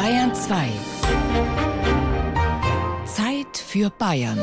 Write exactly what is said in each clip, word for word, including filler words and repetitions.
Bayern zwei. Zeit für Bayern.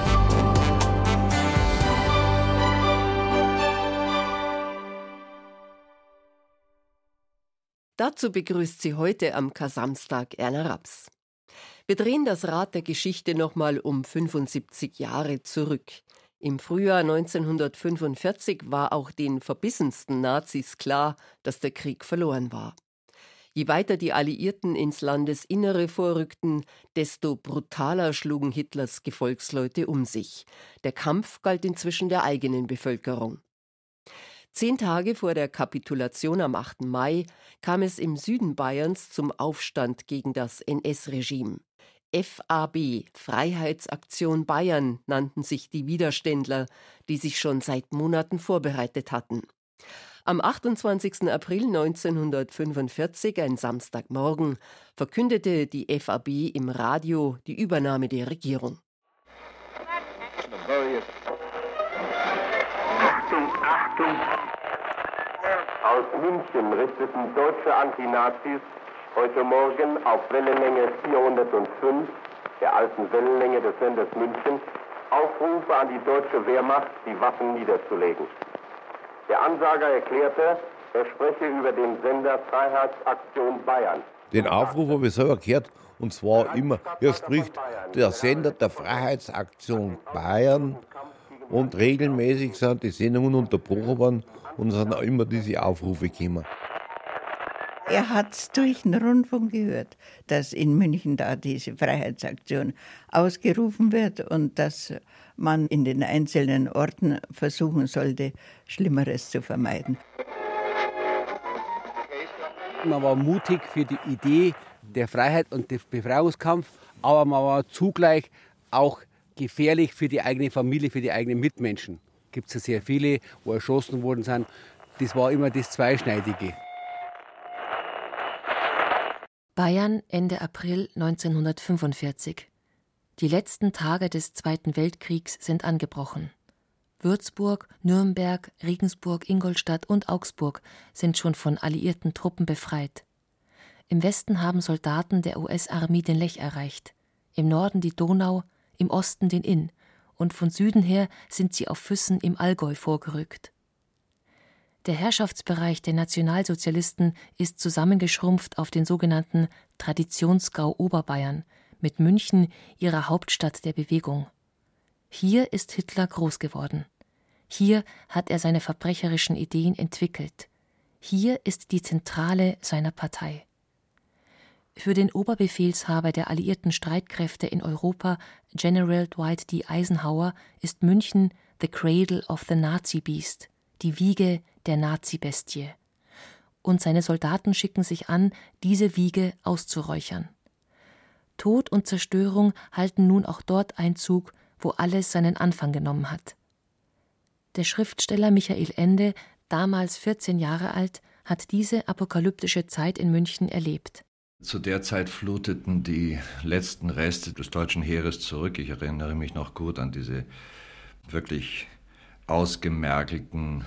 Dazu begrüßt sie heute am Kar-Samstag Erna Raps. Wir drehen das Rad der Geschichte nochmal um fünfundsiebzig Jahre zurück. Im Frühjahr neunzehnhundertfünfundvierzig war auch den verbissensten Nazis klar, dass der Krieg verloren war. Je weiter die Alliierten ins Landesinnere vorrückten, desto brutaler schlugen Hitlers Gefolgsleute um sich. Der Kampf galt inzwischen der eigenen Bevölkerung. Zehn Tage vor der Kapitulation am achten Mai kam es im Süden Bayerns zum Aufstand gegen das N S-Regime. F A B, Freiheitsaktion Bayern, nannten sich die Widerständler, die sich schon seit Monaten vorbereitet hatten. Am achtundzwanzigsten April neunzehnhundertfünfundvierzig, ein Samstagmorgen, verkündete die F A B im Radio die Übernahme der Regierung. Achtung, Achtung! Aus München richteten deutsche Antinazis heute Morgen auf Wellenlänge vierhundertfünf, der alten Wellenlänge des Senders München, Aufrufe an die deutsche Wehrmacht, die Waffen niederzulegen. Der Ansager erklärte, er spreche über den Sender Freiheitsaktion Bayern. Den Aufruf habe ich selber gehört, und zwar immer, hier spricht der Sender der Freiheitsaktion Bayern, und regelmäßig sind die Sendungen unterbrochen worden und es sind auch immer diese Aufrufe gekommen. Er hat durch den Rundfunk gehört, dass in München da diese Freiheitsaktion ausgerufen wird und dass man in den einzelnen Orten versuchen sollte, Schlimmeres zu vermeiden. Man war mutig für die Idee der Freiheit und des Befreiungskampf, aber man war zugleich auch gefährlich für die eigene Familie, für die eigenen Mitmenschen. Es gibt ja sehr viele, wo erschossen worden sind. Das war immer das Zweischneidige. Bayern Ende April neunzehnhundertfünfundvierzig. Die letzten Tage des Zweiten Weltkriegs sind angebrochen. Würzburg, Nürnberg, Regensburg, Ingolstadt und Augsburg sind schon von alliierten Truppen befreit. Im Westen haben Soldaten der U S-Armee den Lech erreicht, im Norden die Donau, im Osten den Inn und von Süden her sind sie auf Füssen im Allgäu vorgerückt. Der Herrschaftsbereich der Nationalsozialisten ist zusammengeschrumpft auf den sogenannten Traditionsgau Oberbayern, mit München ihrer Hauptstadt der Bewegung. Hier ist Hitler groß geworden. Hier hat er seine verbrecherischen Ideen entwickelt. Hier ist die Zentrale seiner Partei. Für den Oberbefehlshaber der alliierten Streitkräfte in Europa, General Dwight D. Eisenhower, ist München the cradle of the Nazi beast, die Wiege der Nazi-Bestie. Und seine Soldaten schicken sich an, diese Wiege auszuräuchern. Tod und Zerstörung halten nun auch dort Einzug, wo alles seinen Anfang genommen hat. Der Schriftsteller Michael Ende, damals vierzehn Jahre alt, hat diese apokalyptische Zeit in München erlebt. Zu der Zeit fluteten die letzten Reste des deutschen Heeres zurück. Ich erinnere mich noch gut an diese wirklich ausgemergelten,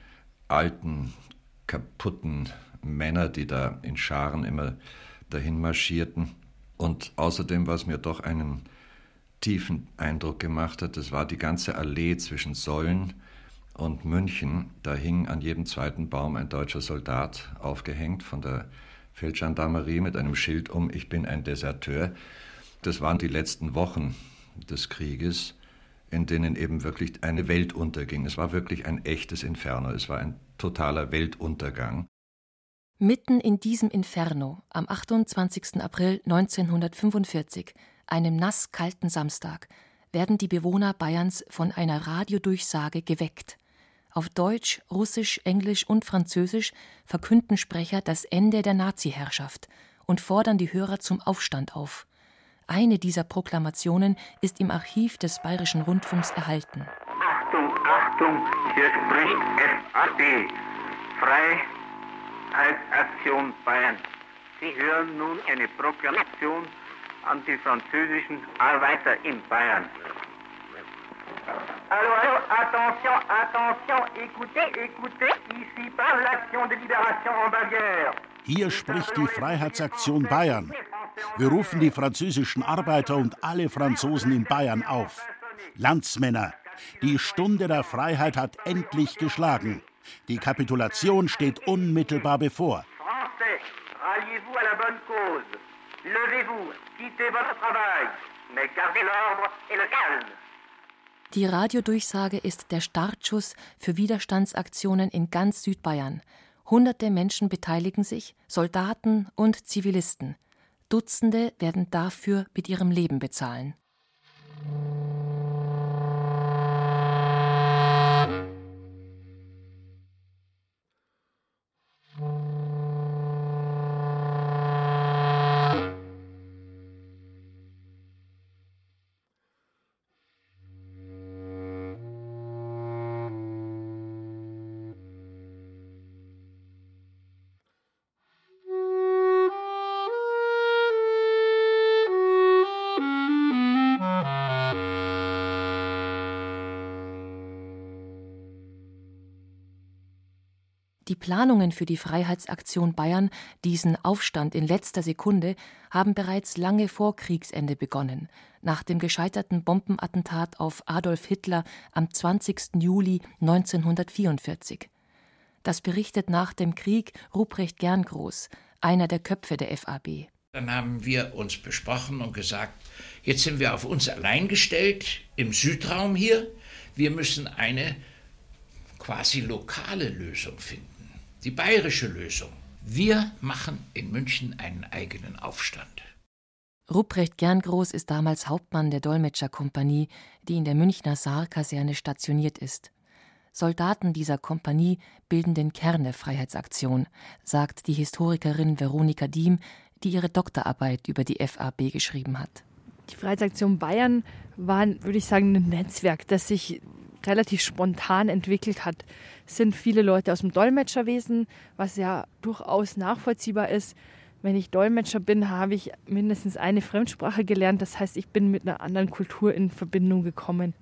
alten, kaputten Männer, die da in Scharen immer dahin marschierten. Und außerdem, was mir doch einen tiefen Eindruck gemacht hat, das war die ganze Allee zwischen Solln und München. Da hing an jedem zweiten Baum ein deutscher Soldat aufgehängt von der Feldgendarmerie mit einem Schild um, ich bin ein Deserteur. Das waren die letzten Wochen des Krieges, in denen eben wirklich eine Welt unterging. Es war wirklich ein echtes Inferno, es war ein totaler Weltuntergang. Mitten in diesem Inferno, am achtundzwanzigsten April neunzehnhundertfünfundvierzig, einem nasskalten Samstag, werden die Bewohner Bayerns von einer Radiodurchsage geweckt. Auf Deutsch, Russisch, Englisch und Französisch verkünden Sprecher das Ende der Nazi-Herrschaft und fordern die Hörer zum Aufstand auf. Eine dieser Proklamationen ist im Archiv des Bayerischen Rundfunks erhalten. Achtung, Achtung, hier spricht F A B, Freiheitsaktion Bayern. Sie hören nun eine Proklamation an die französischen Arbeiter in Bayern. Allô, allô, attention, attention, écoutez, écoutez, ici parle l'action de libération en Bavière. Hier spricht die Freiheitsaktion Bayern. Wir rufen die französischen Arbeiter und alle Franzosen in Bayern auf. Landsmänner, die Stunde der Freiheit hat endlich geschlagen. Die Kapitulation steht unmittelbar bevor. Français, ralliez-vous à la bonne cause. Levez-vous, quittez votre travail, mais gardez l'ordre et le calme. Die Radiodurchsage ist der Startschuss für Widerstandsaktionen in ganz Südbayern. Hunderte Menschen beteiligen sich, Soldaten und Zivilisten. Dutzende werden dafür mit ihrem Leben bezahlen. Die Planungen für die Freiheitsaktion Bayern, diesen Aufstand in letzter Sekunde, haben bereits lange vor Kriegsende begonnen, nach dem gescheiterten Bombenattentat auf Adolf Hitler am zwanzigsten Juli neunzehnhundertvierundvierzig. Das berichtet nach dem Krieg Ruprecht Gerngroß, einer der Köpfe der F A B. Dann haben wir uns besprochen und gesagt, jetzt sind wir auf uns allein gestellt, im Südraum hier. Wir müssen eine quasi lokale Lösung finden, die bayerische Lösung. Wir machen in München einen eigenen Aufstand. Ruprecht Gerngroß ist damals Hauptmann der Dolmetscherkompanie, die in der Münchner Saar-Kaserne stationiert ist. Soldaten dieser Kompanie bilden den Kern der Freiheitsaktion, sagt die Historikerin Veronika Diem, die ihre Doktorarbeit über die F A B geschrieben hat. Die Freiheitsaktion Bayern war, würde ich sagen, ein Netzwerk, das sich relativ spontan entwickelt hat. Es sind viele Leute aus dem Dolmetscherwesen, was ja durchaus nachvollziehbar ist. Wenn ich Dolmetscher bin, habe ich mindestens eine Fremdsprache gelernt. Das heißt, ich bin mit einer anderen Kultur in Verbindung gekommen.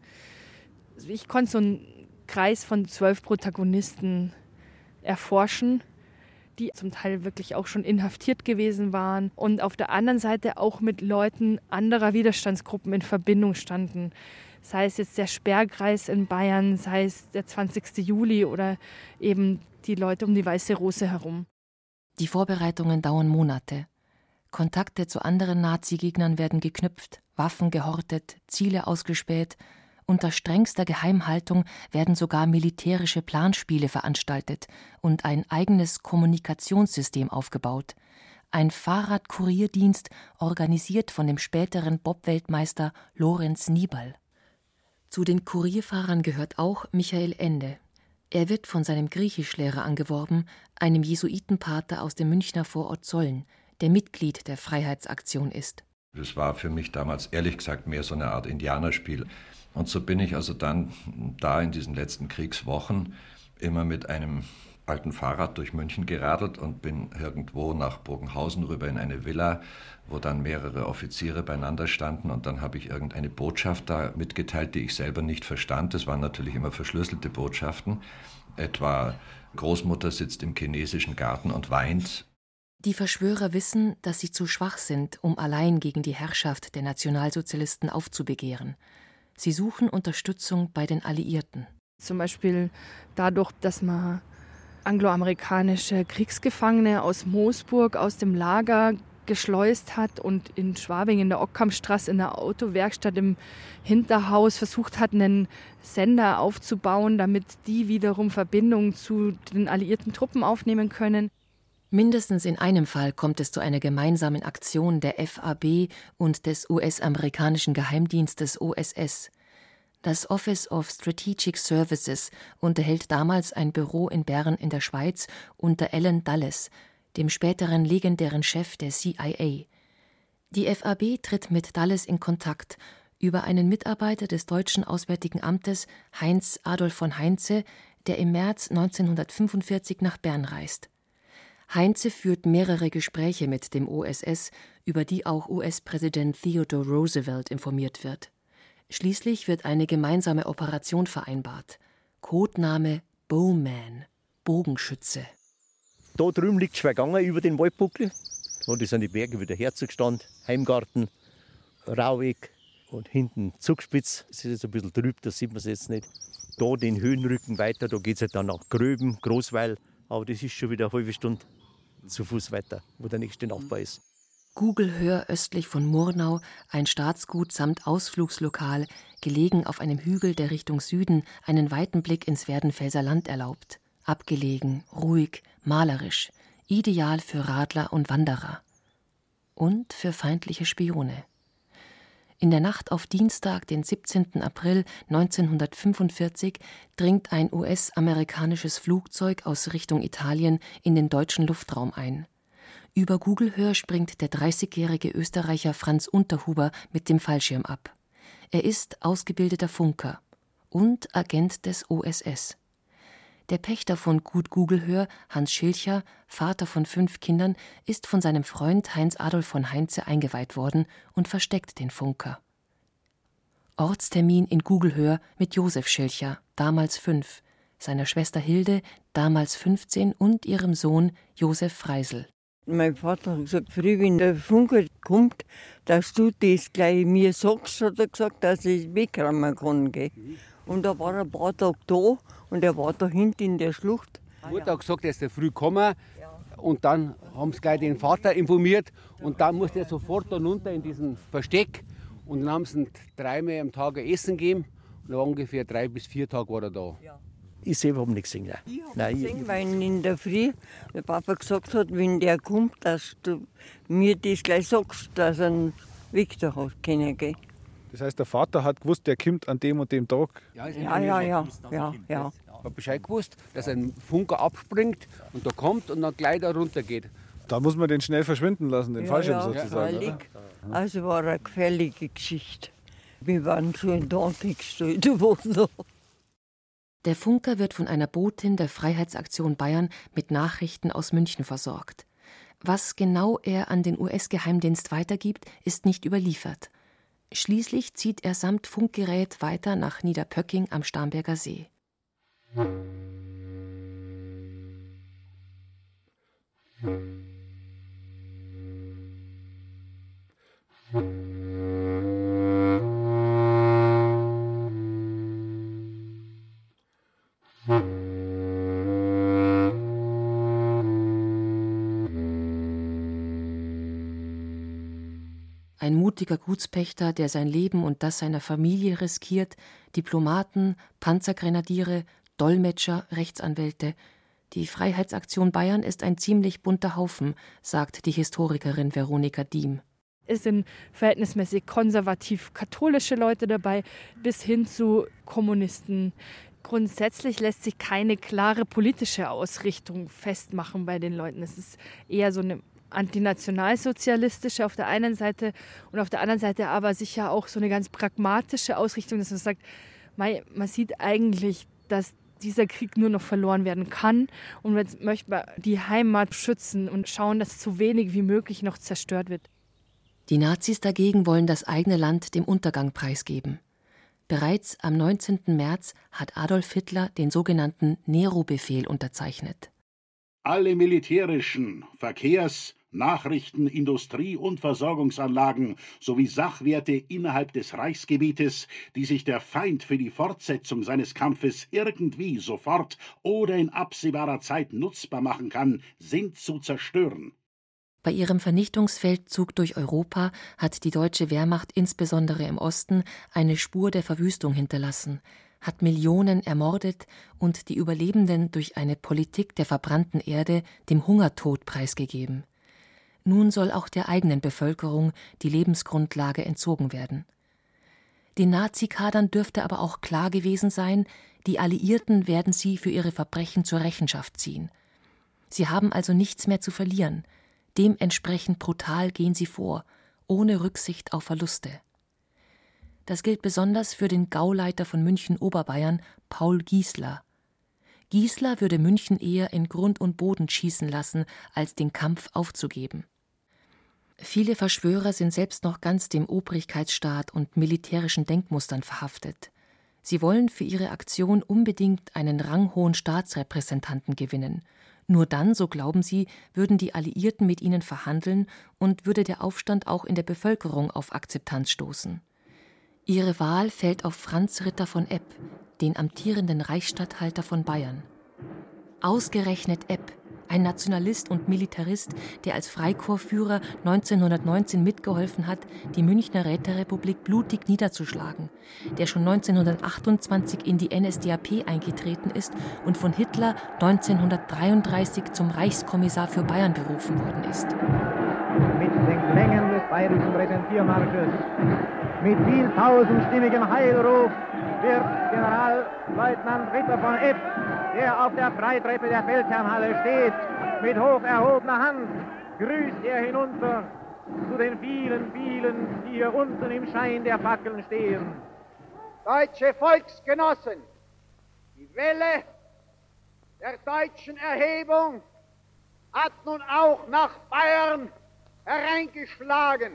Ich konnte so einen Kreis von zwölf Protagonisten erforschen, die zum Teil wirklich auch schon inhaftiert gewesen waren und auf der anderen Seite auch mit Leuten anderer Widerstandsgruppen in Verbindung standen. Sei es jetzt der Sperrkreis in Bayern, sei es der zwanzigsten Juli oder eben die Leute um die Weiße Rose herum. Die Vorbereitungen dauern Monate. Kontakte zu anderen Nazi-Gegnern werden geknüpft, Waffen gehortet, Ziele ausgespäht. Unter strengster Geheimhaltung werden sogar militärische Planspiele veranstaltet und ein eigenes Kommunikationssystem aufgebaut. Ein Fahrradkurierdienst, organisiert von dem späteren Bob-Weltmeister Lorenz Nieberl. Zu den Kurierfahrern gehört auch Michael Ende. Er wird von seinem Griechischlehrer angeworben, einem Jesuitenpater aus dem Münchner Vorort Solln, der Mitglied der Freiheitsaktion ist. Das war für mich damals ehrlich gesagt mehr so eine Art Indianerspiel. Und so bin ich also dann da in diesen letzten Kriegswochen immer mit einem alten Fahrrad durch München geradelt und bin irgendwo nach Bogenhausen rüber in eine Villa, wo dann mehrere Offiziere beieinander standen, und dann habe ich irgendeine Botschaft da mitgeteilt, die ich selber nicht verstand. Das waren natürlich immer verschlüsselte Botschaften, etwa Großmutter sitzt im chinesischen Garten und weint. Die Verschwörer wissen, dass sie zu schwach sind, um allein gegen die Herrschaft der Nationalsozialisten aufzubegehren. Sie suchen Unterstützung bei den Alliierten. Zum Beispiel dadurch, dass man angloamerikanische Kriegsgefangene aus Moosburg aus dem Lager geschleust hat und in Schwabing in der Ockhamstraße in der Autowerkstatt im Hinterhaus versucht hat, einen Sender aufzubauen, damit die wiederum Verbindungen zu den alliierten Truppen aufnehmen können. Mindestens in einem Fall kommt es zu einer gemeinsamen Aktion der F A B und des U S-amerikanischen Geheimdienstes O S S. Das Office of Strategic Services unterhält damals ein Büro in Bern in der Schweiz unter Allen Dulles, dem späteren legendären Chef der C I A. Die F A B tritt mit Dulles in Kontakt über einen Mitarbeiter des deutschen Auswärtigen Amtes, Heinz Adolf von Heinze, der im März neunzehnhundertfünfundvierzig nach Bern reist. Heinze führt mehrere Gespräche mit dem O S S, über die auch U S-Präsident Theodore Roosevelt informiert wird. Schließlich wird eine gemeinsame Operation vereinbart. Codename Bowman, Bogenschütze. Da drüben liegt Schweiganger über den Waldbuckel. Und sind die Berge wieder herzugestanden. Heimgarten, Rauweg und hinten Zugspitz. Es ist jetzt ein bisschen trüb, das sieht man jetzt nicht. Da den Höhenrücken weiter, da geht es halt dann nach Gröben, Großweil. Aber das ist schon wieder eine halbe Stunde zu Fuß weiter, wo der nächste Nachbar ist. Gugelhöher östlich von Murnau, ein Staatsgut samt Ausflugslokal, gelegen auf einem Hügel, der Richtung Süden einen weiten Blick ins Werdenfelser Land erlaubt. Abgelegen, ruhig, malerisch, ideal für Radler und Wanderer. Und für feindliche Spione. In der Nacht auf Dienstag, den siebzehnten April neunzehnhundertfünfundvierzig, dringt ein U S-amerikanisches Flugzeug aus Richtung Italien in den deutschen Luftraum ein. Über Gugelhöher springt der dreißigjährige Österreicher Franz Unterhuber mit dem Fallschirm ab. Er ist ausgebildeter Funker und Agent des O S S. Der Pächter von Gut Gugelhöher, Hans Schilcher, Vater von fünf Kindern, ist von seinem Freund Heinz Adolf von Heinze eingeweiht worden und versteckt den Funker. Ortstermin in Gugelhöher mit Josef Schilcher, damals fünf, seiner Schwester Hilde, damals fünfzehn und ihrem Sohn Josef Freisel. Mein Vater hat gesagt, früh, wenn der Funker kommt, dass du das gleich mir sagst, hat er gesagt, dass ich wegräumen kann. Gell. Und da war er ein paar Tage da und er war da hinten in der Schlucht. Die Mutter hat gesagt, er ist früh gekommen und dann haben sie gleich den Vater informiert und dann musste er sofort dann runter in diesen Versteck und dann haben sie ihn dreimal am Tag Essen gegeben und dann ungefähr drei bis vier Tage war er da. Ich selber habe nichts gesehen. Nein. Ich habe gesehen, weil in der Früh der Papa gesagt hat, wenn der kommt, dass du mir das gleich sagst, dass er einen Weg da hat können. Gell. Das heißt, der Vater hat gewusst, der kommt an dem und dem Tag? Ja, ja, ja. ja, ja, ja. Ich habe Bescheid gewusst, dass ein Funker abspringt und da kommt und dann gleich da runter geht. Da muss man den schnell verschwinden lassen, den ja, Fallschirm ja, sozusagen. Oder? Also war eine gefährliche Geschichte. Wir waren so in Tag gestellt worden. Der Funker wird von einer Botin der Freiheitsaktion Bayern mit Nachrichten aus München versorgt. Was genau er an den U S-Geheimdienst weitergibt, ist nicht überliefert. Schließlich zieht er samt Funkgerät weiter nach Niederpöcking am Starnberger See. Ein mutiger Gutspächter, der sein Leben und das seiner Familie riskiert, Diplomaten, Panzergrenadiere, Dolmetscher, Rechtsanwälte. Die Freiheitsaktion Bayern ist ein ziemlich bunter Haufen, sagt die Historikerin Veronika Diem. Es sind verhältnismäßig konservativ-katholische Leute dabei, bis hin zu Kommunisten. Grundsätzlich lässt sich keine klare politische Ausrichtung festmachen bei den Leuten. Es ist eher so eine antinationalsozialistische auf der einen Seite und auf der anderen Seite aber sicher auch so eine ganz pragmatische Ausrichtung, dass man sagt, man, man sieht eigentlich, dass dieser Krieg nur noch verloren werden kann und jetzt möchte man die Heimat schützen und schauen, dass so wenig wie möglich noch zerstört wird. Die Nazis dagegen wollen das eigene Land dem Untergang preisgeben. Bereits am neunzehnten März hat Adolf Hitler den sogenannten Nero-Befehl unterzeichnet. Alle militärischen, Verkehrs-, Nachrichten-, Industrie- und Versorgungsanlagen sowie Sachwerte innerhalb des Reichsgebietes, die sich der Feind für die Fortsetzung seines Kampfes irgendwie sofort oder in absehbarer Zeit nutzbar machen kann, sind zu zerstören. Bei ihrem Vernichtungsfeldzug durch Europa hat die deutsche Wehrmacht insbesondere im Osten eine Spur der Verwüstung hinterlassen, hat Millionen ermordet und die Überlebenden durch eine Politik der verbrannten Erde dem Hungertod preisgegeben. Nun soll auch der eigenen Bevölkerung die Lebensgrundlage entzogen werden. Den Nazikadern dürfte aber auch klar gewesen sein, die Alliierten werden sie für ihre Verbrechen zur Rechenschaft ziehen. Sie haben also nichts mehr zu verlieren. Dementsprechend brutal gehen sie vor, ohne Rücksicht auf Verluste. Das gilt besonders für den Gauleiter von München-Oberbayern, Paul Giesler. Giesler würde München eher in Grund und Boden schießen lassen, als den Kampf aufzugeben. Viele Verschwörer sind selbst noch ganz dem Obrigkeitsstaat und militärischen Denkmustern verhaftet. Sie wollen für ihre Aktion unbedingt einen ranghohen Staatsrepräsentanten gewinnen. Nur dann, so glauben sie, würden die Alliierten mit ihnen verhandeln und würde der Aufstand auch in der Bevölkerung auf Akzeptanz stoßen. Ihre Wahl fällt auf Franz Ritter von Epp, den amtierenden Reichsstatthalter von Bayern. Ausgerechnet Epp, ein Nationalist und Militarist, der als Freikorpsführer neunzehnhundertneunzehn mitgeholfen hat, die Münchner Räterepublik blutig niederzuschlagen, der schon neunzehnhundertachtundzwanzig in die N S D A P eingetreten ist und von Hitler neunzehnhundertdreiunddreißig zum Reichskommissar für Bayern berufen worden ist. Mit den Klängen des bayerischen Präsentiermarsches, mit viel tausendstimmigem Heilruf wird Generalleutnant Ritter von Epp, der auf der Freitreppe der Feldherrnhalle steht, mit hoch erhobener Hand grüßt er hinunter zu den vielen, vielen, die hier unten im Schein der Fackeln stehen. Deutsche Volksgenossen, die Welle der deutschen Erhebung hat nun auch nach Bayern hereingeschlagen.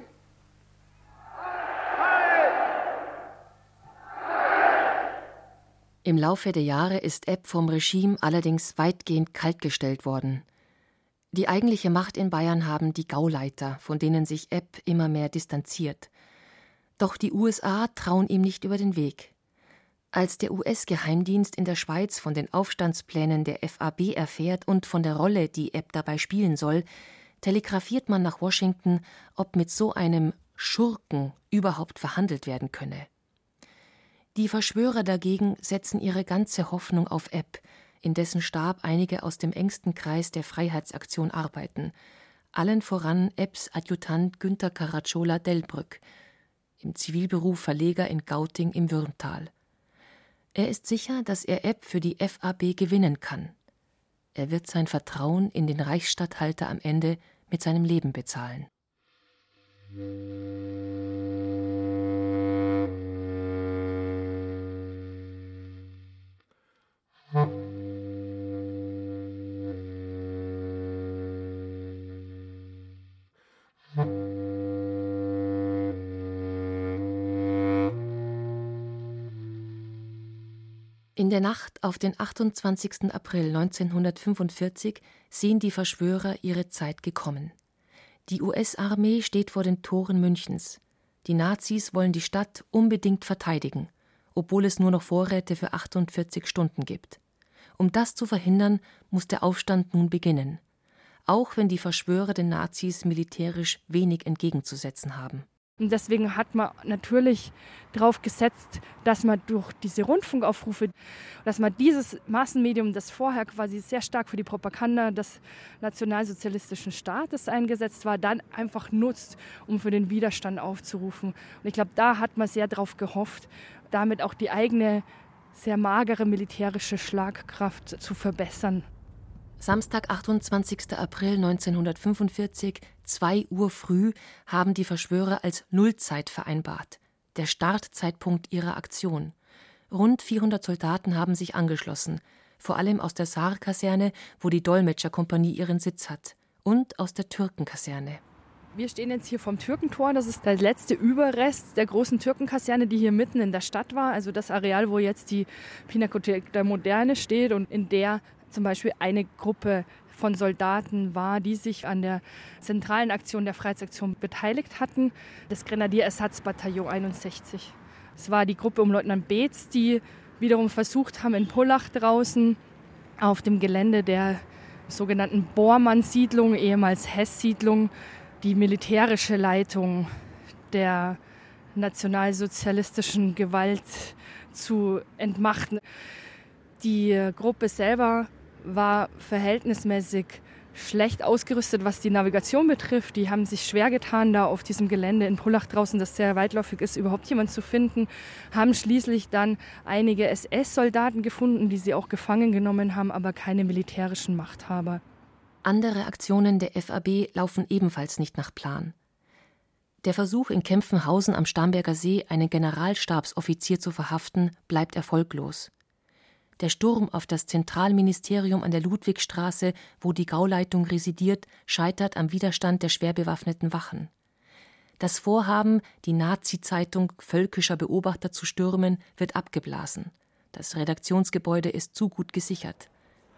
Im Laufe der Jahre ist Epp vom Regime allerdings weitgehend kaltgestellt worden. Die eigentliche Macht in Bayern haben die Gauleiter, von denen sich Epp immer mehr distanziert. Doch die U S A trauen ihm nicht über den Weg. Als der U S-Geheimdienst in der Schweiz von den Aufstandsplänen der F A B erfährt und von der Rolle, die Epp dabei spielen soll, telegrafiert man nach Washington, ob mit so einem Schurken überhaupt verhandelt werden könne. Die Verschwörer dagegen setzen ihre ganze Hoffnung auf Epp, in dessen Stab einige aus dem engsten Kreis der Freiheitsaktion arbeiten, allen voran Epps Adjutant Günter Caracciola-Delbrück, im Zivilberuf Verleger in Gauting im Würmtal. Er ist sicher, dass er Epp für die F A B gewinnen kann. Er wird sein Vertrauen in den Reichsstatthalter am Ende mit seinem Leben bezahlen. In der Nacht auf den achtundzwanzigsten April neunzehnhundertfünfundvierzig sehen die Verschwörer ihre Zeit gekommen. Die U S-Armee steht vor den Toren Münchens. Die Nazis wollen die Stadt unbedingt verteidigen, obwohl es nur noch Vorräte für achtundvierzig Stunden gibt. Um das zu verhindern, muss der Aufstand nun beginnen, auch wenn die Verschwörer den Nazis militärisch wenig entgegenzusetzen haben. Und deswegen hat man natürlich darauf gesetzt, dass man durch diese Rundfunkaufrufe, dass man dieses Massenmedium, das vorher quasi sehr stark für die Propaganda des nationalsozialistischen Staates eingesetzt war, dann einfach nutzt, um für den Widerstand aufzurufen. Und ich glaube, da hat man sehr darauf gehofft, damit auch die eigene sehr magere militärische Schlagkraft zu verbessern. Samstag, achtundzwanzigsten April neunzehnhundertfünfundvierzig, zwei Uhr früh, haben die Verschwörer als Nullzeit vereinbart, der Startzeitpunkt ihrer Aktion. Rund vierhundert Soldaten haben sich angeschlossen, vor allem aus der Saar-Kaserne, wo die Dolmetscherkompanie ihren Sitz hat, und aus der Türkenkaserne. Wir stehen jetzt hier vom Türkentor, das ist der letzte Überrest der großen Türkenkaserne, die hier mitten in der Stadt war, also das Areal, wo jetzt die Pinakothek der Moderne steht und in der zum Beispiel eine Gruppe von Soldaten war, die sich an der zentralen Aktion der Freiheitsaktion beteiligt hatten, das Grenadierersatzbataillon einundsechzig. Es war die Gruppe um Leutnant Beetz, die wiederum versucht haben, in Pullach draußen auf dem Gelände der sogenannten Bormann-Siedlung, ehemals Hess-Siedlung, die militärische Leitung der nationalsozialistischen Gewalt zu entmachten. Die Gruppe selber war verhältnismäßig schlecht ausgerüstet, was die Navigation betrifft. Die haben sich schwer getan, da auf diesem Gelände in Pullach draußen, das sehr weitläufig ist, überhaupt jemanden zu finden. Haben schließlich dann einige S S-Soldaten gefunden, die sie auch gefangen genommen haben, aber keine militärischen Machthaber. Andere Aktionen der F A B laufen ebenfalls nicht nach Plan. Der Versuch, in Kempfenhausen am Starnberger See einen Generalstabsoffizier zu verhaften, bleibt erfolglos. Der Sturm auf das Zentralministerium an der Ludwigstraße, wo die Gauleitung residiert, scheitert am Widerstand der schwer bewaffneten Wachen. Das Vorhaben, die Nazi-Zeitung Völkischer Beobachter zu stürmen, wird abgeblasen. Das Redaktionsgebäude ist zu gut gesichert.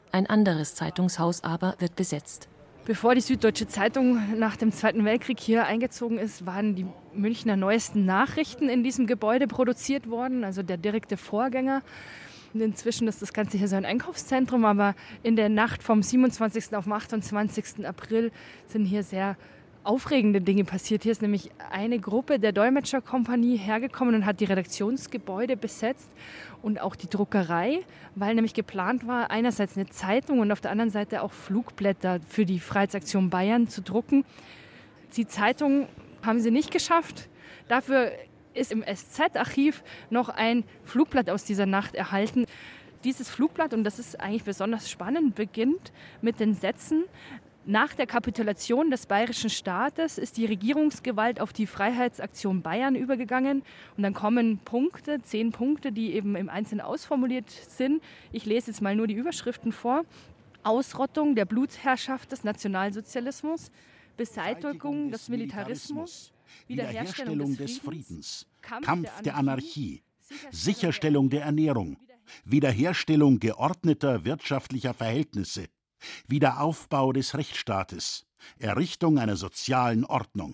Ein anderes Zeitungshaus aber wird besetzt. Bevor die Süddeutsche Zeitung nach dem Zweiten Weltkrieg hier eingezogen ist, waren die Münchner Neuesten Nachrichten in diesem Gebäude produziert worden, also der direkte Vorgänger. Inzwischen ist das Ganze hier so ein Einkaufszentrum, aber in der Nacht vom siebenundzwanzigsten auf den achtundzwanzigsten April sind hier sehr aufregende Dinge passiert. Hier ist nämlich eine Gruppe der Dolmetscherkompanie hergekommen und hat die Redaktionsgebäude besetzt und auch die Druckerei, weil nämlich geplant war, einerseits eine Zeitung und auf der anderen Seite auch Flugblätter für die Freiheitsaktion Bayern zu drucken. Die Zeitung haben sie nicht geschafft. Dafür ist im S Z-Archiv noch ein Flugblatt aus dieser Nacht erhalten. Dieses Flugblatt, und das ist eigentlich besonders spannend, beginnt mit den Sätzen: Nach der Kapitulation des bayerischen Staates ist die Regierungsgewalt auf die Freiheitsaktion Bayern übergegangen. Und dann kommen Punkte, zehn Punkte, die eben im Einzelnen ausformuliert sind. Ich lese jetzt mal nur die Überschriften vor. Ausrottung der Blutsherrschaft des Nationalsozialismus, Beseitigung des Militarismus, Wiederherstellung des Friedens, Kampf der Anarchie, Sicherstellung der Ernährung, Wiederherstellung geordneter wirtschaftlicher Verhältnisse, Wiederaufbau des Rechtsstaates, Errichtung einer sozialen Ordnung.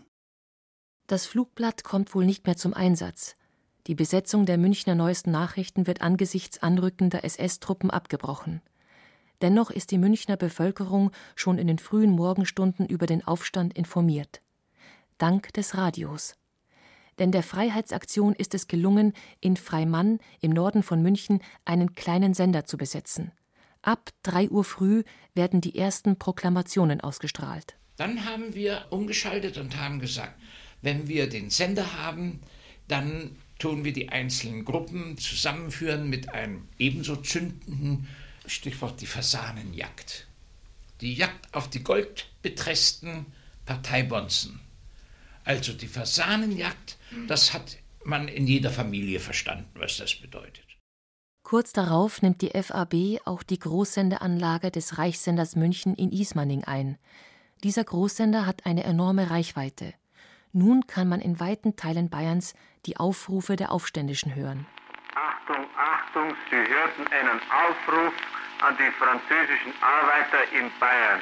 Das Flugblatt kommt wohl nicht mehr zum Einsatz. Die Besetzung der Münchner Neuesten Nachrichten wird angesichts anrückender S S-Truppen abgebrochen. Dennoch ist die Münchner Bevölkerung schon in den frühen Morgenstunden über den Aufstand informiert. Dank des Radios. Denn der Freiheitsaktion ist es gelungen, in Freimann im Norden von München einen kleinen Sender zu besetzen. Ab drei Uhr früh werden die ersten Proklamationen ausgestrahlt. Dann haben wir umgeschaltet und haben gesagt, wenn wir den Sender haben, dann tun wir die einzelnen Gruppen zusammenführen mit einem ebenso zündenden Stichwort die Fasanenjagd. Die Jagd auf die goldbetressten Parteibonzen. Also die Fasanenjagd, das hat man in jeder Familie verstanden, was das bedeutet. Kurz darauf nimmt die F A B auch die Großsendeanlage des Reichssenders München in Ismaning ein. Dieser Großsender hat eine enorme Reichweite. Nun kann man in weiten Teilen Bayerns die Aufrufe der Aufständischen hören. Achtung, Achtung, Sie hörten einen Aufruf an die französischen Arbeiter in Bayern.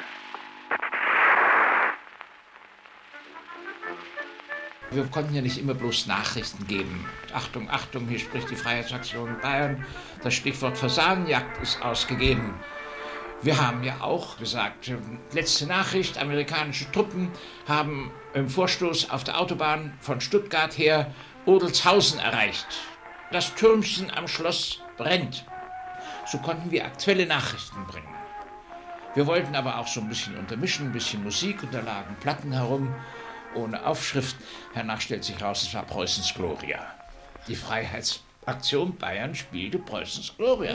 Wir konnten ja nicht immer bloß Nachrichten geben. Achtung, Achtung, hier spricht die Freiheitsaktion Bayern. Das Stichwort Fasanenjagd ist ausgegeben. Wir haben ja auch gesagt, letzte Nachricht, amerikanische Truppen haben im Vorstoß auf der Autobahn von Stuttgart her Odelshausen erreicht. Das Türmchen am Schloss brennt. So konnten wir aktuelle Nachrichten bringen. Wir wollten aber auch so ein bisschen untermischen, ein bisschen Musik, und da lagen Platten herum, ohne Aufschrift. Hernach stellt sich raus, es war Preußens Gloria. Die Freiheitsaktion Bayern spielte Preußens Gloria.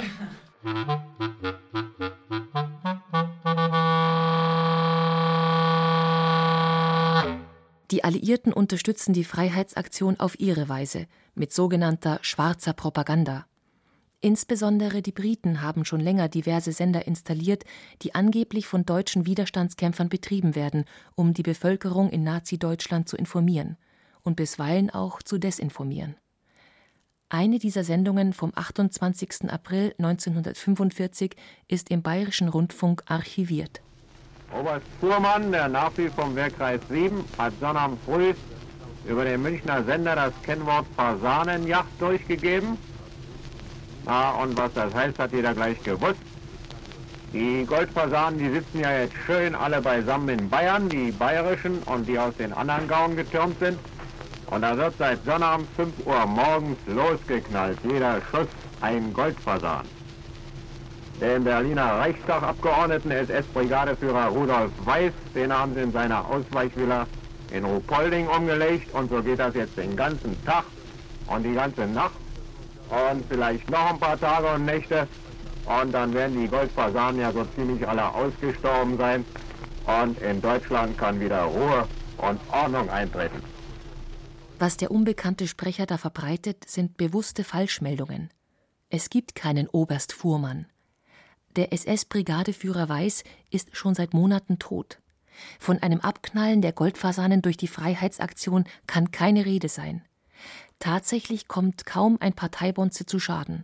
Die Alliierten unterstützen die Freiheitsaktion auf ihre Weise, mit sogenannter schwarzer Propaganda. Insbesondere die Briten haben schon länger diverse Sender installiert, die angeblich von deutschen Widerstandskämpfern betrieben werden, um die Bevölkerung in Nazi-Deutschland zu informieren und bisweilen auch zu desinformieren. Eine dieser Sendungen vom achtundzwanzigsten April neunzehnhundertfünfundvierzig ist im Bayerischen Rundfunk archiviert. Oberst Fuhrmann, der Nachricht vom Wehrkreis sieben, hat Sonnabend früh über den Münchner Sender das Kennwort Fasanenjagd durchgegeben. Na, und was das heißt, hat jeder gleich gewusst. Die Goldfasanen, die sitzen ja jetzt schön alle beisammen in Bayern, die bayerischen und die aus den anderen Gauen getürmt sind. Und da wird seit Sonnabend fünf Uhr morgens losgeknallt. Jeder Schuss ein Goldfasan. Den Berliner Reichstagabgeordneten S S-Brigadeführer Rudolf Weiß, den haben sie in seiner Ausweichvilla in Ruhpolding umgelegt. Und so geht das jetzt den ganzen Tag und die ganze Nacht. Und vielleicht noch ein paar Tage und Nächte. Und dann werden die Goldfasanen ja so ziemlich alle ausgestorben sein. Und in Deutschland kann wieder Ruhe und Ordnung eintreten. Was der unbekannte Sprecher da verbreitet, sind bewusste Falschmeldungen. Es gibt keinen Oberst Fuhrmann. Der S S-Brigadeführer Weiß ist schon seit Monaten tot. Von einem Abknallen der Goldfasanen durch die Freiheitsaktion kann keine Rede sein. Tatsächlich kommt kaum ein Parteibonze zu Schaden.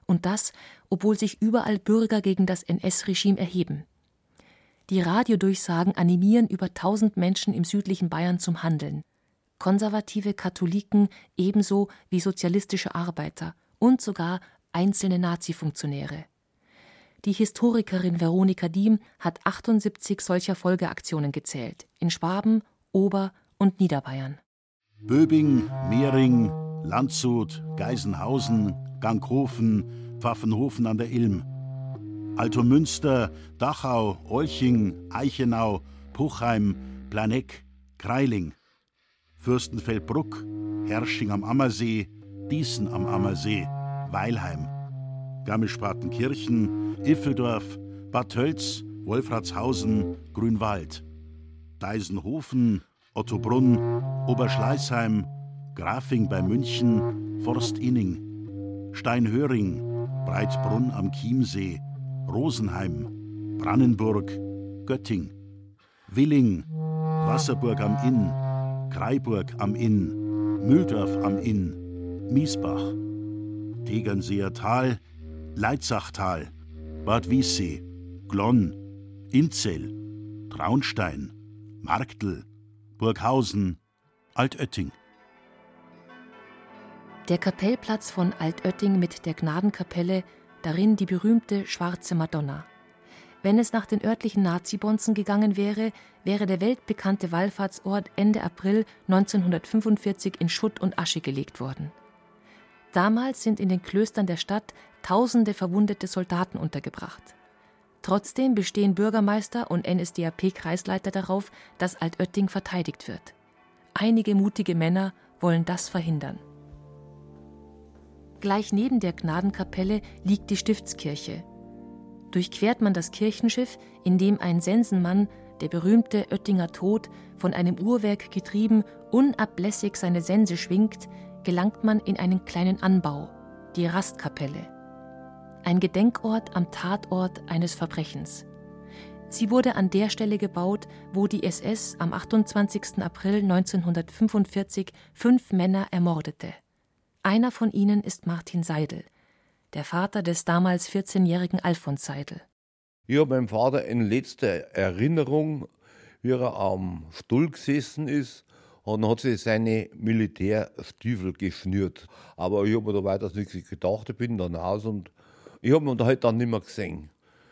Und das, obwohl sich überall Bürger gegen das N S-Regime erheben. Die Radiodurchsagen animieren über tausend Menschen im südlichen Bayern zum Handeln. Konservative Katholiken ebenso wie sozialistische Arbeiter und sogar einzelne Nazi-Funktionäre. Die Historikerin Veronika Diem hat achtundsiebzig solcher Folgeaktionen gezählt, in Schwaben, Ober- und Niederbayern. Böbing, Mehring, Landshut, Geisenhausen, Ganghofen, Pfaffenhofen an der Ilm. Altomünster, Dachau, Olching, Eichenau, Puchheim, Planegg, Kreiling. Fürstenfeldbruck, Hersching am Ammersee, Diesen am Ammersee, Weilheim. Garmisch-Partenkirchen, Iffeldorf, Bad Tölz, Wolfratshausen, Grünwald. Deisenhofen, Ottobrunn, Oberschleißheim, Grafing bei München, Forstinning. Steinhöring, Breitbrunn am Chiemsee, Rosenheim, Brannenburg, Götting. Willing, Wasserburg am Inn, Kraiburg am Inn, Mühldorf am Inn, Miesbach. Tegernseer Tal, Leitzachtal, Bad Wiessee, Glonn, Inzell, Traunstein, Marktl, Burghausen, Altötting. Der Kapellplatz von Altötting mit der Gnadenkapelle, darin die berühmte Schwarze Madonna. Wenn es nach den örtlichen Nazi-Bonzen gegangen wäre, wäre der weltbekannte Wallfahrtsort Ende April neunzehnhundertfünfundvierzig in Schutt und Asche gelegt worden. Damals sind in den Klöstern der Stadt tausende verwundete Soldaten untergebracht. Trotzdem bestehen Bürgermeister und N S D A P-Kreisleiter darauf, dass Altötting verteidigt wird. Einige mutige Männer wollen das verhindern. Gleich neben der Gnadenkapelle liegt die Stiftskirche. Durchquert man das Kirchenschiff, in dem ein Sensenmann, der berühmte Oettinger Tod, von einem Uhrwerk getrieben, unablässig seine Sense schwingt, gelangt man in einen kleinen Anbau, die Rastkapelle. Ein Gedenkort am Tatort eines Verbrechens. Sie wurde an der Stelle gebaut, wo die S S am achtundzwanzigsten April neunzehnhundertfünfundvierzig fünf Männer ermordete. Einer von ihnen ist Martin Seidel, der Vater des damals vierzehnjährigen Alfons Seidel. Ich habe meinem Vater in letzter Erinnerung, wie er am Stuhl gesessen ist, und dann hat sich seine Militärstiefel geschnürt. Aber ich habe mir da weiter nichts gedacht. Ich bin dann raus und ich habe ihn halt dann nicht mehr gesehen.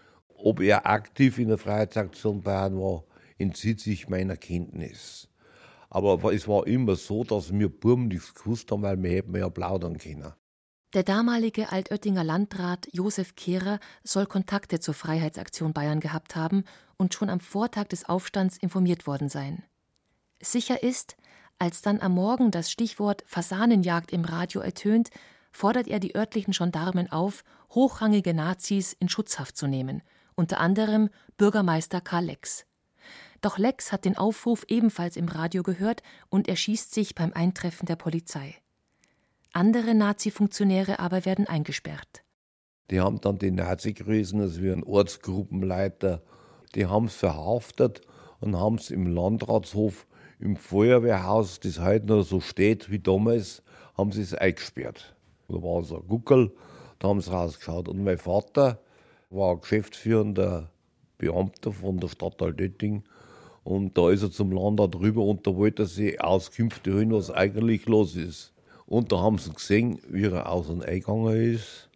Ob er aktiv in der Freiheitsaktion Bayern war, entzieht sich meiner Kenntnis. Aber es war immer so, dass wir Buben nichts gewusst haben, weil wir hätten ja plaudern können. Der damalige Altöttinger Landrat Josef Kehrer soll Kontakte zur Freiheitsaktion Bayern gehabt haben und schon am Vortag des Aufstands informiert worden sein. Sicher ist, als dann am Morgen das Stichwort Fasanenjagd im Radio ertönt, fordert er die örtlichen Gendarmen auf, hochrangige Nazis in Schutzhaft zu nehmen, unter anderem Bürgermeister Karl Lex. Doch Lex hat den Aufruf ebenfalls im Radio gehört und erschießt sich beim Eintreffen der Polizei. Andere Nazi-Funktionäre aber werden eingesperrt. Die haben dann die Nazi-Größen, also wie ein Ortsgruppenleiter, die haben es verhaftet und haben es im Landratshof, im Feuerwehrhaus, das heute noch so steht wie damals, haben sie es eingesperrt. Da war so ein Guckel, da haben sie rausgeschaut. Und mein Vater war geschäftsführender Beamter von der Stadt Altötting. Und da ist er zum Landrat rüber und da wollte er sich Auskünfte holen, was eigentlich los ist. Und da haben sie gesehen, wie er aus und eingegangen ist.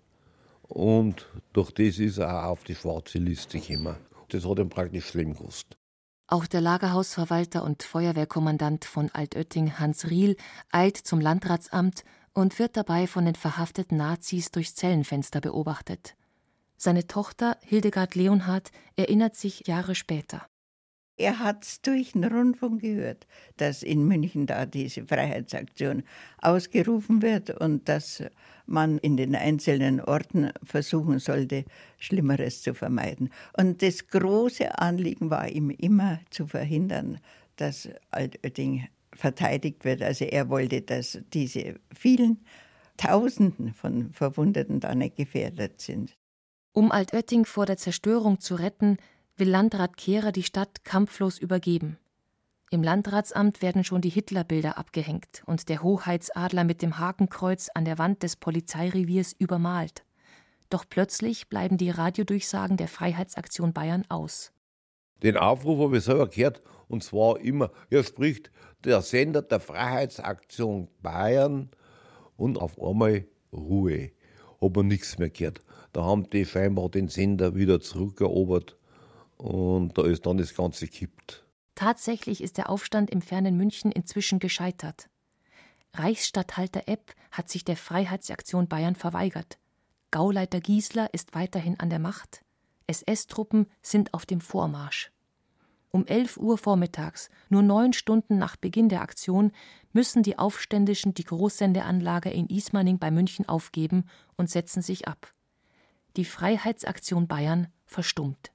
Und durch das ist er auch auf die schwarze Liste gekommen. Das hat ihm praktisch schlimm gekostet. Auch der Lagerhausverwalter und Feuerwehrkommandant von Altötting, Hans Riel, eilt zum Landratsamt und wird dabei von den verhafteten Nazis durchs Zellenfenster beobachtet. Seine Tochter, Hildegard Leonhardt, erinnert sich Jahre später. Er hat durch den Rundfunk gehört, dass in München da diese Freiheitsaktion ausgerufen wird und dass man in den einzelnen Orten versuchen sollte, Schlimmeres zu vermeiden. Und das große Anliegen war ihm immer zu verhindern, dass Altötting verteidigt wird. Also er wollte, dass diese vielen Tausenden von Verwundeten da nicht gefährdet sind. Um Altötting vor der Zerstörung zu retten, will Landrat Kehrer die Stadt kampflos übergeben. Im Landratsamt werden schon die Hitlerbilder abgehängt und der Hoheitsadler mit dem Hakenkreuz an der Wand des Polizeireviers übermalt. Doch plötzlich bleiben die Radiodurchsagen der Freiheitsaktion Bayern aus. Den Aufruf habe ich selber gehört, und zwar immer, er spricht der Sender der Freiheitsaktion Bayern, und auf einmal Ruhe. Habe nichts mehr gehört. Da haben die scheinbar den Sender wieder zurückerobert und da ist dann das Ganze gekippt. Tatsächlich ist der Aufstand im fernen München inzwischen gescheitert. Reichsstatthalter Epp hat sich der Freiheitsaktion Bayern verweigert. Gauleiter Giesler ist weiterhin an der Macht. S S-Truppen sind auf dem Vormarsch. Um elf Uhr vormittags, nur neun Stunden nach Beginn der Aktion, müssen die Aufständischen die Großsendeanlage in Ismaning bei München aufgeben und setzen sich ab. Die Freiheitsaktion Bayern verstummt.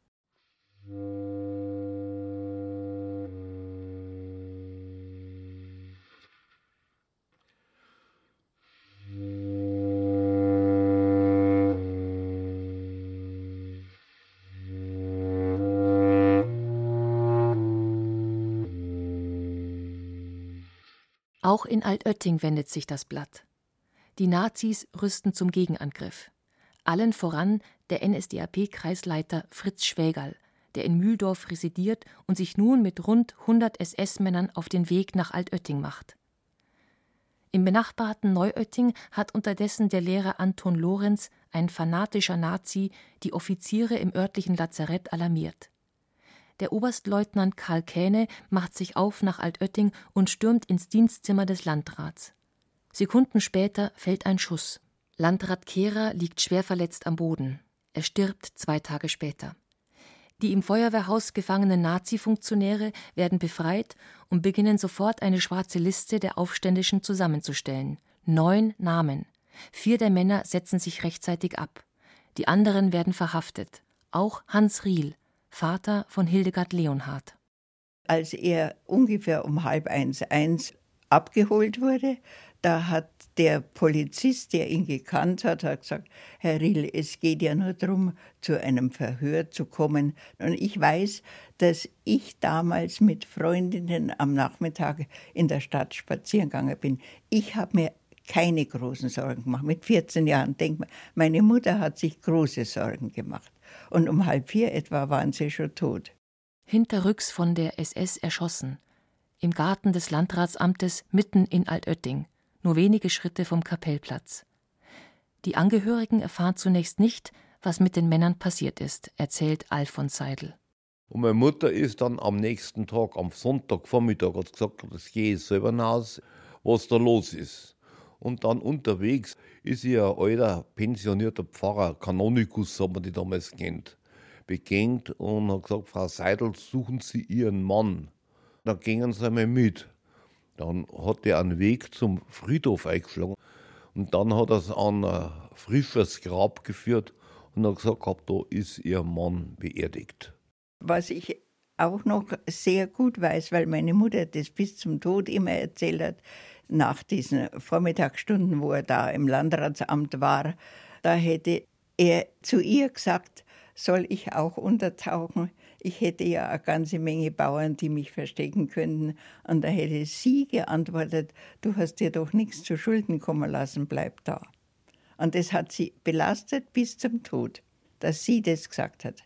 Auch in Altötting wendet sich das Blatt. Die Nazis rüsten zum Gegenangriff. Allen voran der N S D A P-Kreisleiter Fritz Schwägerl, der in Mühldorf residiert und sich nun mit rund hundert S S-Männern auf den Weg nach Altötting macht. Im benachbarten Neuötting hat unterdessen der Lehrer Anton Lorenz, ein fanatischer Nazi, die Offiziere im örtlichen Lazarett alarmiert. Der Oberstleutnant Karl Kähne macht sich auf nach Altötting und stürmt ins Dienstzimmer des Landrats. Sekunden später fällt ein Schuss. Landrat Kehrer liegt schwer verletzt am Boden. Er stirbt zwei Tage später. Die im Feuerwehrhaus gefangenen Nazi-Funktionäre werden befreit und beginnen sofort eine schwarze Liste der Aufständischen zusammenzustellen. Neun Namen. Vier der Männer setzen sich rechtzeitig ab. Die anderen werden verhaftet. Auch Hans Riehl, Vater von Hildegard Leonhardt. Als er ungefähr um halb eins, eins abgeholt wurde, da hat der Polizist, der ihn gekannt hat, hat gesagt, Herr Riehl, es geht ja nur darum, zu einem Verhör zu kommen. Und ich weiß, dass ich damals mit Freundinnen am Nachmittag in der Stadt spazieren gegangen bin. Ich habe mir keine großen Sorgen gemacht. Mit vierzehn Jahren, denk mal, meine Mutter hat sich große Sorgen gemacht. Und um halb vier etwa waren sie schon tot. Hinterrücks von der S S erschossen. Im Garten des Landratsamtes mitten in Altötting, nur wenige Schritte vom Kapellplatz. Die Angehörigen erfahren zunächst nicht, was mit den Männern passiert ist, erzählt Alfons Seidel. Und meine Mutter ist dann am nächsten Tag, am Sonntagvormittag, hat gesagt, das gehe ich selber nach Hause, was da los ist. Und dann unterwegs ist ihr ein alter, pensionierter Pfarrer, Kanonikus, haben wir die damals genannt, begegnet und hat gesagt, Frau Seidel, suchen Sie Ihren Mann. Dann gingen sie einmal mit. Dann hat er einen Weg zum Friedhof eingeschlagen und dann hat er es an ein frisches Grab geführt und hat gesagt, da ist ihr Mann beerdigt. Was ich auch noch sehr gut weiß, weil meine Mutter das bis zum Tod immer erzählt hat, nach diesen Vormittagsstunden, wo er da im Landratsamt war, da hätte er zu ihr gesagt, soll ich auch untertauchen? Ich hätte ja eine ganze Menge Bauern, die mich verstecken könnten. Und da hätte sie geantwortet, du hast dir doch nichts zu Schulden kommen lassen, bleib da. Und das hat sie belastet bis zum Tod, dass sie das gesagt hat.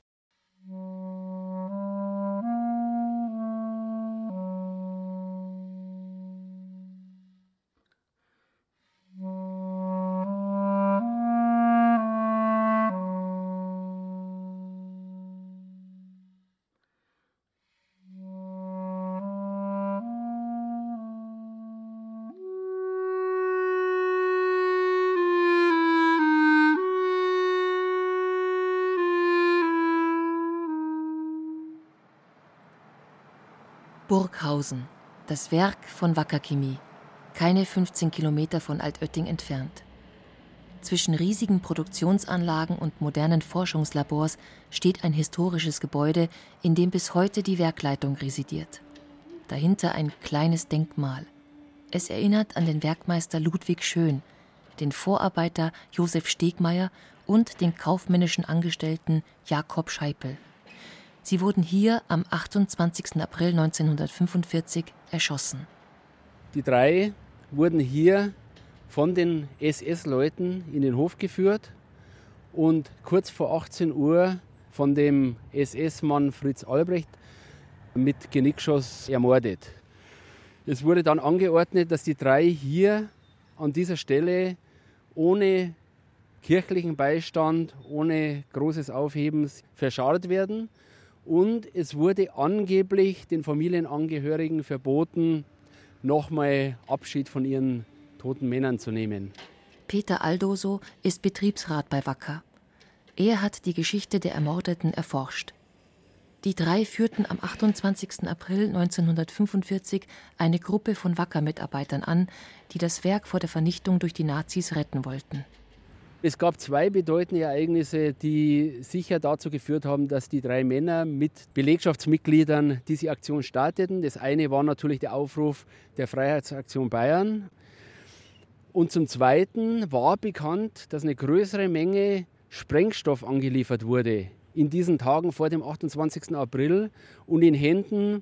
Burghausen, das Werk von Wacker Chemie, keine fünfzehn Kilometer von Altötting entfernt. Zwischen riesigen Produktionsanlagen und modernen Forschungslabors steht ein historisches Gebäude, in dem bis heute die Werkleitung residiert. Dahinter ein kleines Denkmal. Es erinnert an den Werkmeister Ludwig Schön, den Vorarbeiter Josef Stegmeier und den kaufmännischen Angestellten Jakob Scheipel. Sie wurden hier am achtundzwanzigsten April neunzehnhundertfünfundvierzig erschossen. Die drei wurden hier von den S S-Leuten in den Hof geführt und kurz vor achtzehn Uhr von dem S S-Mann Fritz Albrecht mit Genickschuss ermordet. Es wurde dann angeordnet, dass die drei hier an dieser Stelle ohne kirchlichen Beistand, ohne großes Aufhebens verscharrt werden. Und es wurde angeblich den Familienangehörigen verboten, nochmal Abschied von ihren toten Männern zu nehmen. Peter Aldoso ist Betriebsrat bei Wacker. Er hat die Geschichte der Ermordeten erforscht. Die drei führten am achtundzwanzigsten April neunzehnhundertfünfundvierzig eine Gruppe von Wacker-Mitarbeitern an, die das Werk vor der Vernichtung durch die Nazis retten wollten. Es gab zwei bedeutende Ereignisse, die sicher dazu geführt haben, dass die drei Männer mit Belegschaftsmitgliedern diese Aktion starteten. Das eine war natürlich der Aufruf der Freiheitsaktion Bayern. Und zum Zweiten war bekannt, dass eine größere Menge Sprengstoff angeliefert wurde in diesen Tagen vor dem achtundzwanzigsten April und in Händen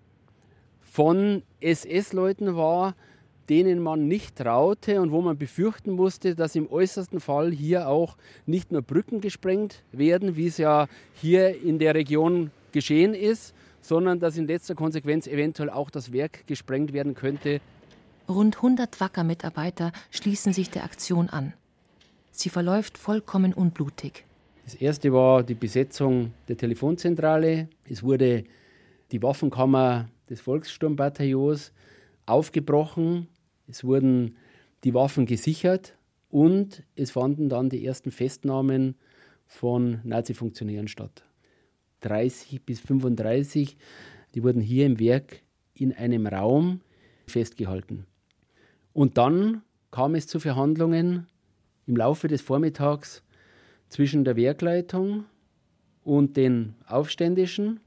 von S S-Leuten war, denen man nicht traute und wo man befürchten musste, dass im äußersten Fall hier auch nicht nur Brücken gesprengt werden, wie es ja hier in der Region geschehen ist, sondern dass in letzter Konsequenz eventuell auch das Werk gesprengt werden könnte. Rund hundert Wacker-Mitarbeiter schließen sich der Aktion an. Sie verläuft vollkommen unblutig. Das erste war die Besetzung der Telefonzentrale. Es wurde die Waffenkammer des Volkssturmbataillons aufgebrochen. Es wurden die Waffen gesichert und es fanden dann die ersten Festnahmen von Nazi-Funktionären statt. dreißig bis fünfunddreißig, die wurden hier im Werk in einem Raum festgehalten. Und dann kam es zu Verhandlungen im Laufe des Vormittags zwischen der Werkleitung und den Aufständischen.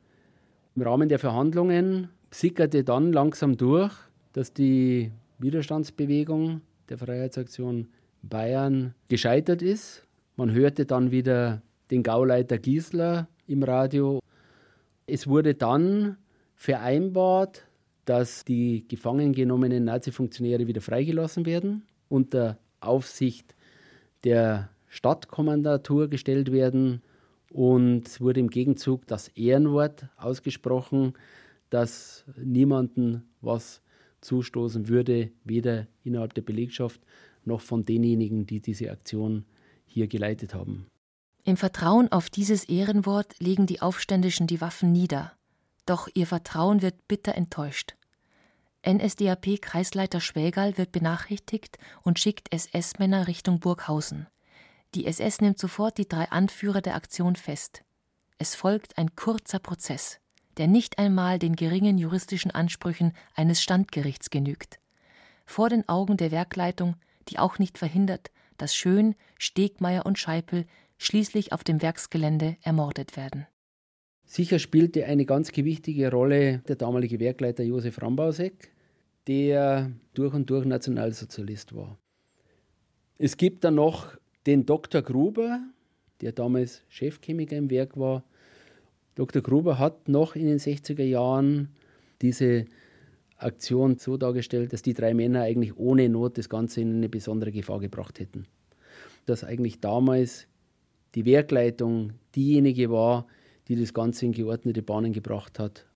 Im Rahmen der Verhandlungen sickerte dann langsam durch, dass die Widerstandsbewegung der Freiheitsaktion Bayern gescheitert ist. Man hörte dann wieder den Gauleiter Giesler im Radio. Es wurde dann vereinbart, dass die gefangen genommenen Nazi-Funktionäre wieder freigelassen werden, unter Aufsicht der Stadtkommandatur gestellt werden, und es wurde im Gegenzug das Ehrenwort ausgesprochen, dass niemandem was zustoßen würde, weder innerhalb der Belegschaft noch von denjenigen, die diese Aktion hier geleitet haben. Im Vertrauen auf dieses Ehrenwort legen die Aufständischen die Waffen nieder. Doch ihr Vertrauen wird bitter enttäuscht. N S D A P-Kreisleiter Schwägerl wird benachrichtigt und schickt S S-Männer Richtung Burghausen. Die S S nimmt sofort die drei Anführer der Aktion fest. Es folgt ein kurzer Prozess, der nicht einmal den geringen juristischen Ansprüchen eines Standgerichts genügt. Vor den Augen der Werkleitung, die auch nicht verhindert, dass Schön, Stegmeier und Scheipel schließlich auf dem Werksgelände ermordet werden. Sicher spielte eine ganz gewichtige Rolle der damalige Werkleiter Josef Rambauseck, der durch und durch Nationalsozialist war. Es gibt dann noch den Doktor Gruber, der damals Chefchemiker im Werk war. Doktor Gruber hat noch in den sechziger Jahren diese Aktion so dargestellt, dass die drei Männer eigentlich ohne Not das Ganze in eine besondere Gefahr gebracht hätten. Dass eigentlich damals die Werkleitung diejenige war, die das Ganze in geordnete Bahnen gebracht hat.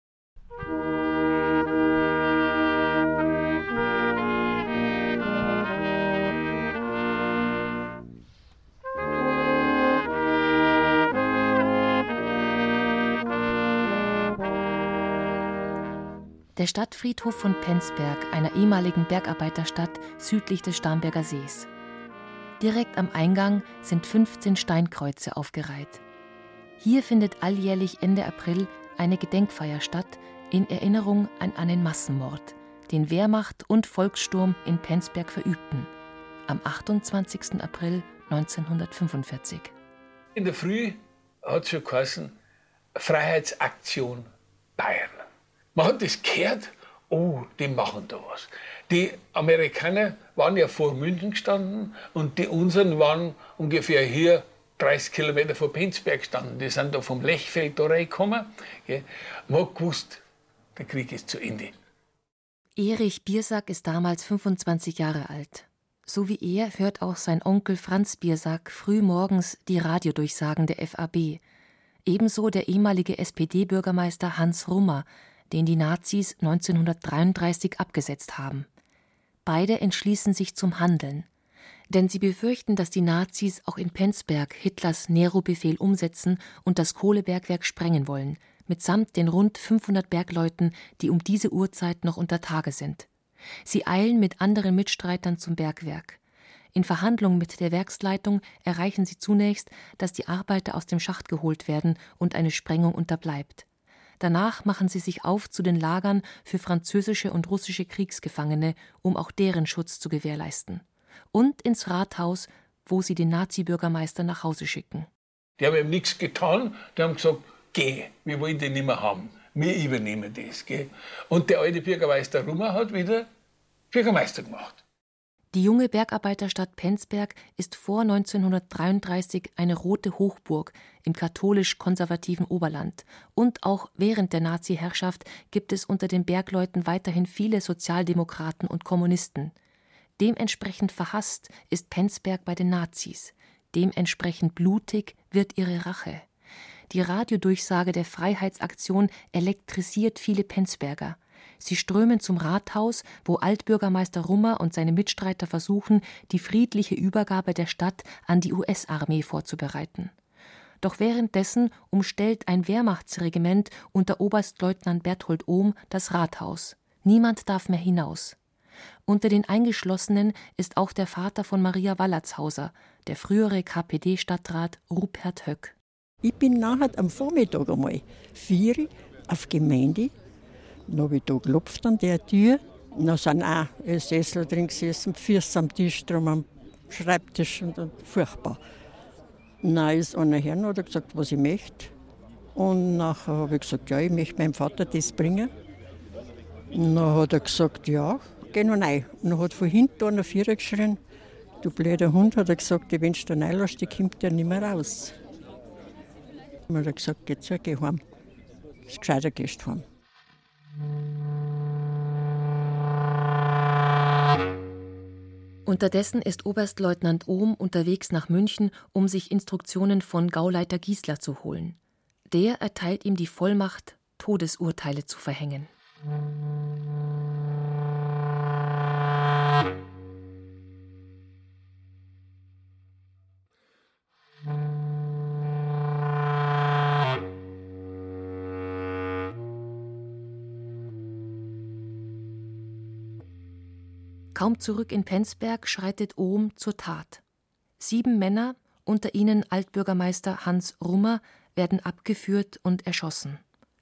Der Stadtfriedhof von Penzberg, einer ehemaligen Bergarbeiterstadt südlich des Starnberger Sees. Direkt am Eingang sind fünfzehn Steinkreuze aufgereiht. Hier findet alljährlich Ende April eine Gedenkfeier statt in Erinnerung an einen Massenmord, den Wehrmacht und Volkssturm in Penzberg verübten, am achtundzwanzigsten April neunzehnhundertfünfundvierzig. In der Früh hat es schon geheißen, Freiheitsaktion Bayern. Man hat das gehört, oh, die machen da was. Die Amerikaner waren ja vor München gestanden und die unseren waren ungefähr hier dreißig Kilometer vor Penzberg gestanden. Die sind da vom Lechfeld da reingekommen. Man hat gewusst, der Krieg ist zu Ende. Erich Biersack ist damals fünfundzwanzig Jahre alt. So wie er hört auch sein Onkel Franz Biersack früh morgens die Radiodurchsagen der F A B. Ebenso der ehemalige S P D-Bürgermeister Hans Rummer, den die Nazis neunzehnhundertdreiunddreißig abgesetzt haben. Beide entschließen sich zum Handeln. Denn sie befürchten, dass die Nazis auch in Penzberg Hitlers Nero-Befehl umsetzen und das Kohlebergwerk sprengen wollen, mitsamt den rund fünfhundert Bergleuten, die um diese Uhrzeit noch unter Tage sind. Sie eilen mit anderen Mitstreitern zum Bergwerk. In Verhandlungen mit der Werksleitung erreichen sie zunächst, dass die Arbeiter aus dem Schacht geholt werden und eine Sprengung unterbleibt. Danach machen sie sich auf zu den Lagern für französische und russische Kriegsgefangene, um auch deren Schutz zu gewährleisten. Und ins Rathaus, wo sie den Nazi-Bürgermeister nach Hause schicken. Die haben ihm nichts getan, die haben gesagt, geh, wir wollen den nicht mehr haben, wir übernehmen das. Geh. Und der alte Bürgermeister Rummer hat wieder Bürgermeister gemacht. Die junge Bergarbeiterstadt Penzberg ist vor neunzehnhundertdreiunddreißig eine rote Hochburg im katholisch-konservativen Oberland. Und auch während der Nazi-Herrschaft gibt es unter den Bergleuten weiterhin viele Sozialdemokraten und Kommunisten. Dementsprechend verhasst ist Penzberg bei den Nazis. Dementsprechend blutig wird ihre Rache. Die Radiodurchsage der Freiheitsaktion elektrisiert viele Penzberger. Sie strömen zum Rathaus, wo Altbürgermeister Rummer und seine Mitstreiter versuchen, die friedliche Übergabe der Stadt an die U S-Armee vorzubereiten. Doch währenddessen umstellt ein Wehrmachtsregiment unter Oberstleutnant Berthold Ohm das Rathaus. Niemand darf mehr hinaus. Unter den Eingeschlossenen ist auch der Vater von Maria Wallertshauser, der frühere K P D-Stadtrat Rupert Höck. Ich bin nachher am Vormittag einmal vier auf Gemeinde. Dann habe ich da geklopft an der Tür. Dann sind auch Sessel drin gesessen, Füße am Tisch, drum am Schreibtisch und, und furchtbar. Dann ist einer her und hat gesagt, was ich möchte. Und nachher habe ich gesagt, ja, ich möchte meinem Vater das bringen. Und dann hat er gesagt, ja, geh noch rein. Und dann hat von hinten einer Vierer geschrien, du blöder Hund, hat er gesagt, wenn du da reinlässt, kommt der nicht mehr raus. Und dann hat er gesagt, geh zu, geh heim. Das ist gescheiter, gehst heim. Unterdessen ist Oberstleutnant Ohm unterwegs nach München, um sich Instruktionen von Gauleiter Giesler zu holen. Der erteilt ihm die Vollmacht, Todesurteile zu verhängen. Kaum zurück in Penzberg schreitet Ohm zur Tat. Sieben Männer, unter ihnen Altbürgermeister Hans Rummer, werden abgeführt und erschossen.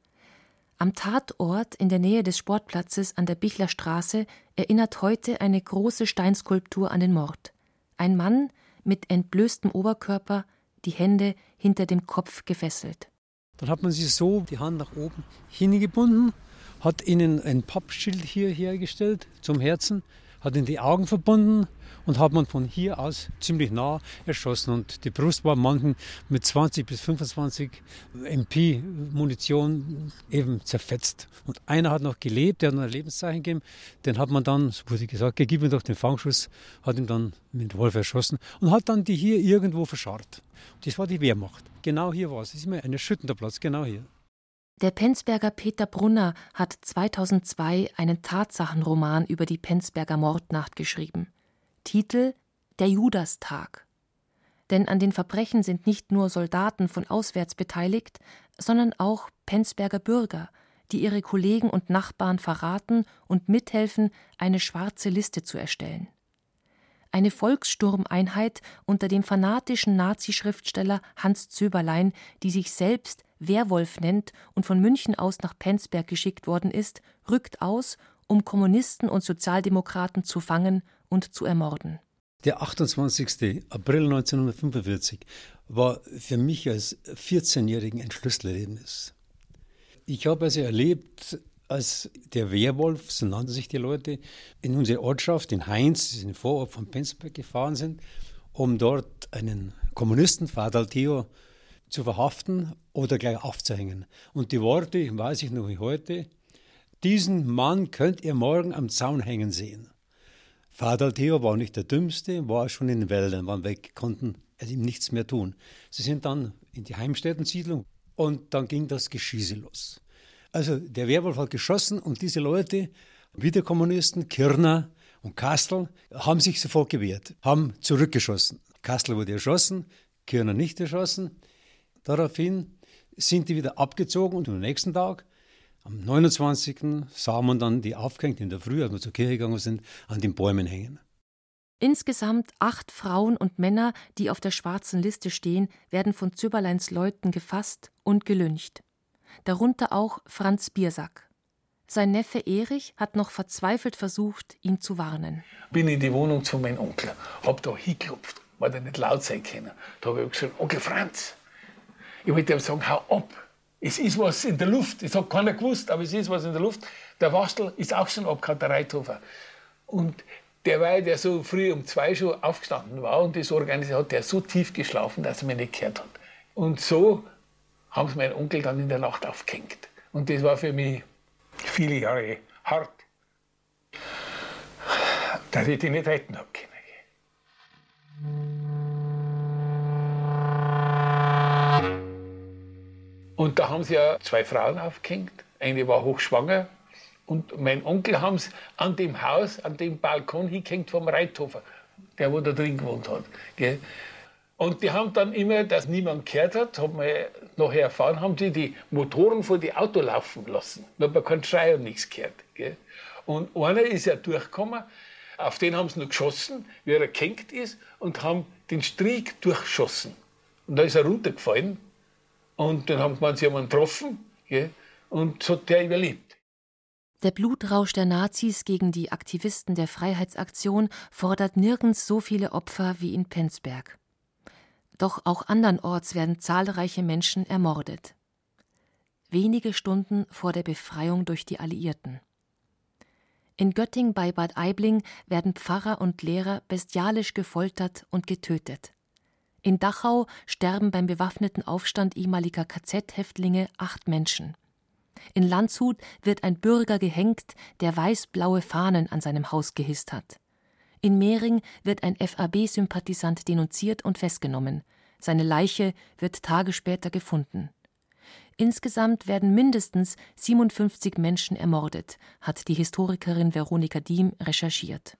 Am Tatort in der Nähe des Sportplatzes an der Bichler Straße erinnert heute eine große Steinskulptur an den Mord. Ein Mann mit entblößtem Oberkörper, die Hände hinter dem Kopf gefesselt. Dann hat man sie so die Hand nach oben hingebunden, hat ihnen ein Pappschild hier hergestellt zum Herzen, hat ihnen die Augen verbunden und hat man von hier aus ziemlich nah erschossen. Und die Brust war manchen mit zwanzig bis fünfundzwanzig M P-Munition eben zerfetzt. Und einer hat noch gelebt, der hat noch ein Lebenszeichen gegeben. Den hat man dann, so wurde gesagt, gib mir doch den Fangschuss, hat ihn dann mit Wolf erschossen und hat dann die hier irgendwo verscharrt. Das war die Wehrmacht. Genau hier war es. Das ist immer ein erschütternder Platz, genau hier. Der Penzberger Peter Brunner hat zweitausendzwei einen Tatsachenroman über die Penzberger Mordnacht geschrieben. Titel: Der Judastag. Denn an den Verbrechen sind nicht nur Soldaten von auswärts beteiligt, sondern auch Penzberger Bürger, die ihre Kollegen und Nachbarn verraten und mithelfen, eine schwarze Liste zu erstellen. Eine Volkssturmeinheit unter dem fanatischen Nazi-Schriftsteller Hans Zöberlein, die sich selbst Wehrwolf nennt und von München aus nach Penzberg geschickt worden ist, rückt aus, um Kommunisten und Sozialdemokraten zu fangen und zu ermorden. Der achtundzwanzigster April neunzehnhundertfünfundvierzig war für mich als vierzehnjährigen ein Schlüsselerlebnis. Ich habe also erlebt, als der Wehrwolf, so nannten sich die Leute, in unsere Ortschaft, in Heinz, das ist ein Vorort von Penzberg, gefahren sind, um dort einen Kommunisten, Vater Theo, zu verhaften oder gleich aufzuhängen. Und die Worte, weiß ich noch wie heute, diesen Mann könnt ihr morgen am Zaun hängen sehen. Vater Theo war nicht der Dümmste, war schon in den Wäldern, waren weg, konnten ihm nichts mehr tun. Sie sind dann in die Heimstättensiedlung und dann ging das Geschieße los. Also der Werwolf hat geschossen und diese Leute, Wiederkommunisten, Kirner und Kastel, haben sich sofort gewehrt, haben zurückgeschossen. Kastel wurde erschossen, Kirner nicht erschossen. Daraufhin sind die wieder abgezogen und am nächsten Tag, am neunundzwanzigsten sah man dann die aufgehängt in der Früh, als wir zur Kirche gegangen sind, an den Bäumen hängen. Insgesamt acht Frauen und Männer, die auf der schwarzen Liste stehen, werden von Zöberleins Leuten gefasst und gelyncht. Darunter auch Franz Biersack. Sein Neffe Erich hat noch verzweifelt versucht, ihn zu warnen. Bin in die Wohnung zu meinem Onkel, hab da hingeklopft, weil der nicht laut sein können. Da habe ich gesagt, Onkel Franz, ich wollte ihm sagen, hau ab. Es ist was in der Luft, das hat keiner gewusst, aber es ist was in der Luft. Der Wastel ist auch schon abgehauen, der Reithofer. Und der war, der so früh um zwei schon aufgestanden war und das organisiert hat, der so tief geschlafen, dass er mich nicht gehört hat. Und so haben sie meinen Onkel dann in der Nacht aufgehängt. Und das war für mich viele Jahre hart, dass ich die nicht retten habe können. Und da haben sie ja zwei Frauen aufgehängt. Eine war hochschwanger. Und mein Onkel haben sie an dem Haus, an dem Balkon hingehängt vom Reithofer, der wo da drin gewohnt hat. Gell? Und die haben dann immer, dass niemand gehört hat, hat man nachher erfahren, haben sie die Motoren vor die Auto laufen lassen. Da hat man keinen Schrei und nichts gehört. Gell? Und einer ist ja durchgekommen, auf den haben sie noch geschossen, wie er gehängt ist, und haben den Strick durchgeschossen. Und da ist er runtergefallen. Und dann haben sie gemeint, sie haben ihn getroffen, gell? Und so hat der überlebt. Der Blutrausch der Nazis gegen die Aktivisten der Freiheitsaktion fordert nirgends so viele Opfer wie in Penzberg. Doch auch andernorts werden zahlreiche Menschen ermordet. Wenige Stunden vor der Befreiung durch die Alliierten. In Göttingen bei Bad Aibling werden Pfarrer und Lehrer bestialisch gefoltert und getötet. In Dachau sterben beim bewaffneten Aufstand ehemaliger K Z-Häftlinge acht Menschen. In Landshut wird ein Bürger gehängt, der weiß-blaue Fahnen an seinem Haus gehisst hat. In Mehring wird ein F A B-Sympathisant denunziert und festgenommen. Seine Leiche wird Tage später gefunden. Insgesamt werden mindestens siebenundfünfzig Menschen ermordet, hat die Historikerin Veronika Diem recherchiert.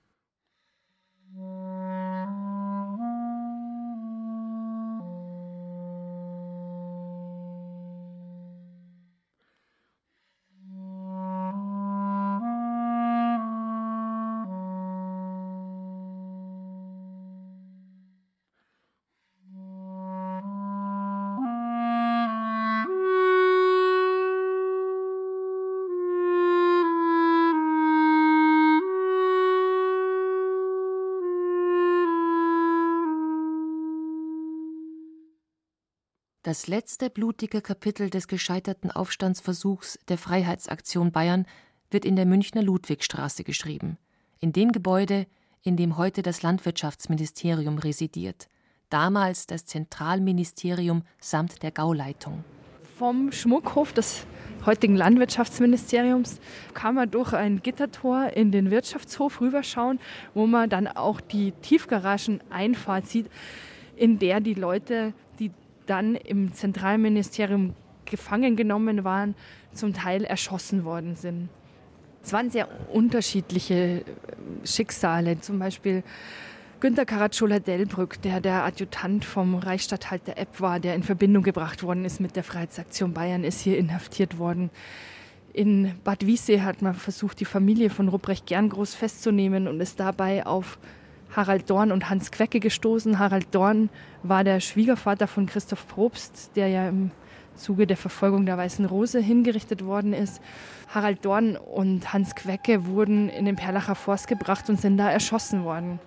Das letzte blutige Kapitel des gescheiterten Aufstandsversuchs der Freiheitsaktion Bayern wird in der Münchner Ludwigstraße geschrieben, in dem Gebäude, in dem heute das Landwirtschaftsministerium residiert, damals das Zentralministerium samt der Gauleitung. Vom Schmuckhof des heutigen Landwirtschaftsministeriums kann man durch ein Gittertor in den Wirtschaftshof rüberschauen, wo man dann auch die Tiefgarageneinfahrt sieht, in der die Leute, die dann im Zentralministerium gefangen genommen waren, zum Teil erschossen worden sind. Es waren sehr unterschiedliche Schicksale, zum Beispiel Günter Karatscholer-Delbrück, der der Adjutant vom Reichsstatthalter Epp war, der in Verbindung gebracht worden ist mit der Freiheitsaktion Bayern, ist hier inhaftiert worden. In Bad Wiessee hat man versucht, die Familie von Ruprecht Gerngroß festzunehmen und ist dabei auf Harald Dorn und Hans Quecke gestoßen. Harald Dorn war der Schwiegervater von Christoph Probst, der ja im Zuge der Verfolgung der Weißen Rose hingerichtet worden ist. Harald Dorn und Hans Quecke wurden in den Perlacher Forst gebracht und sind da erschossen worden.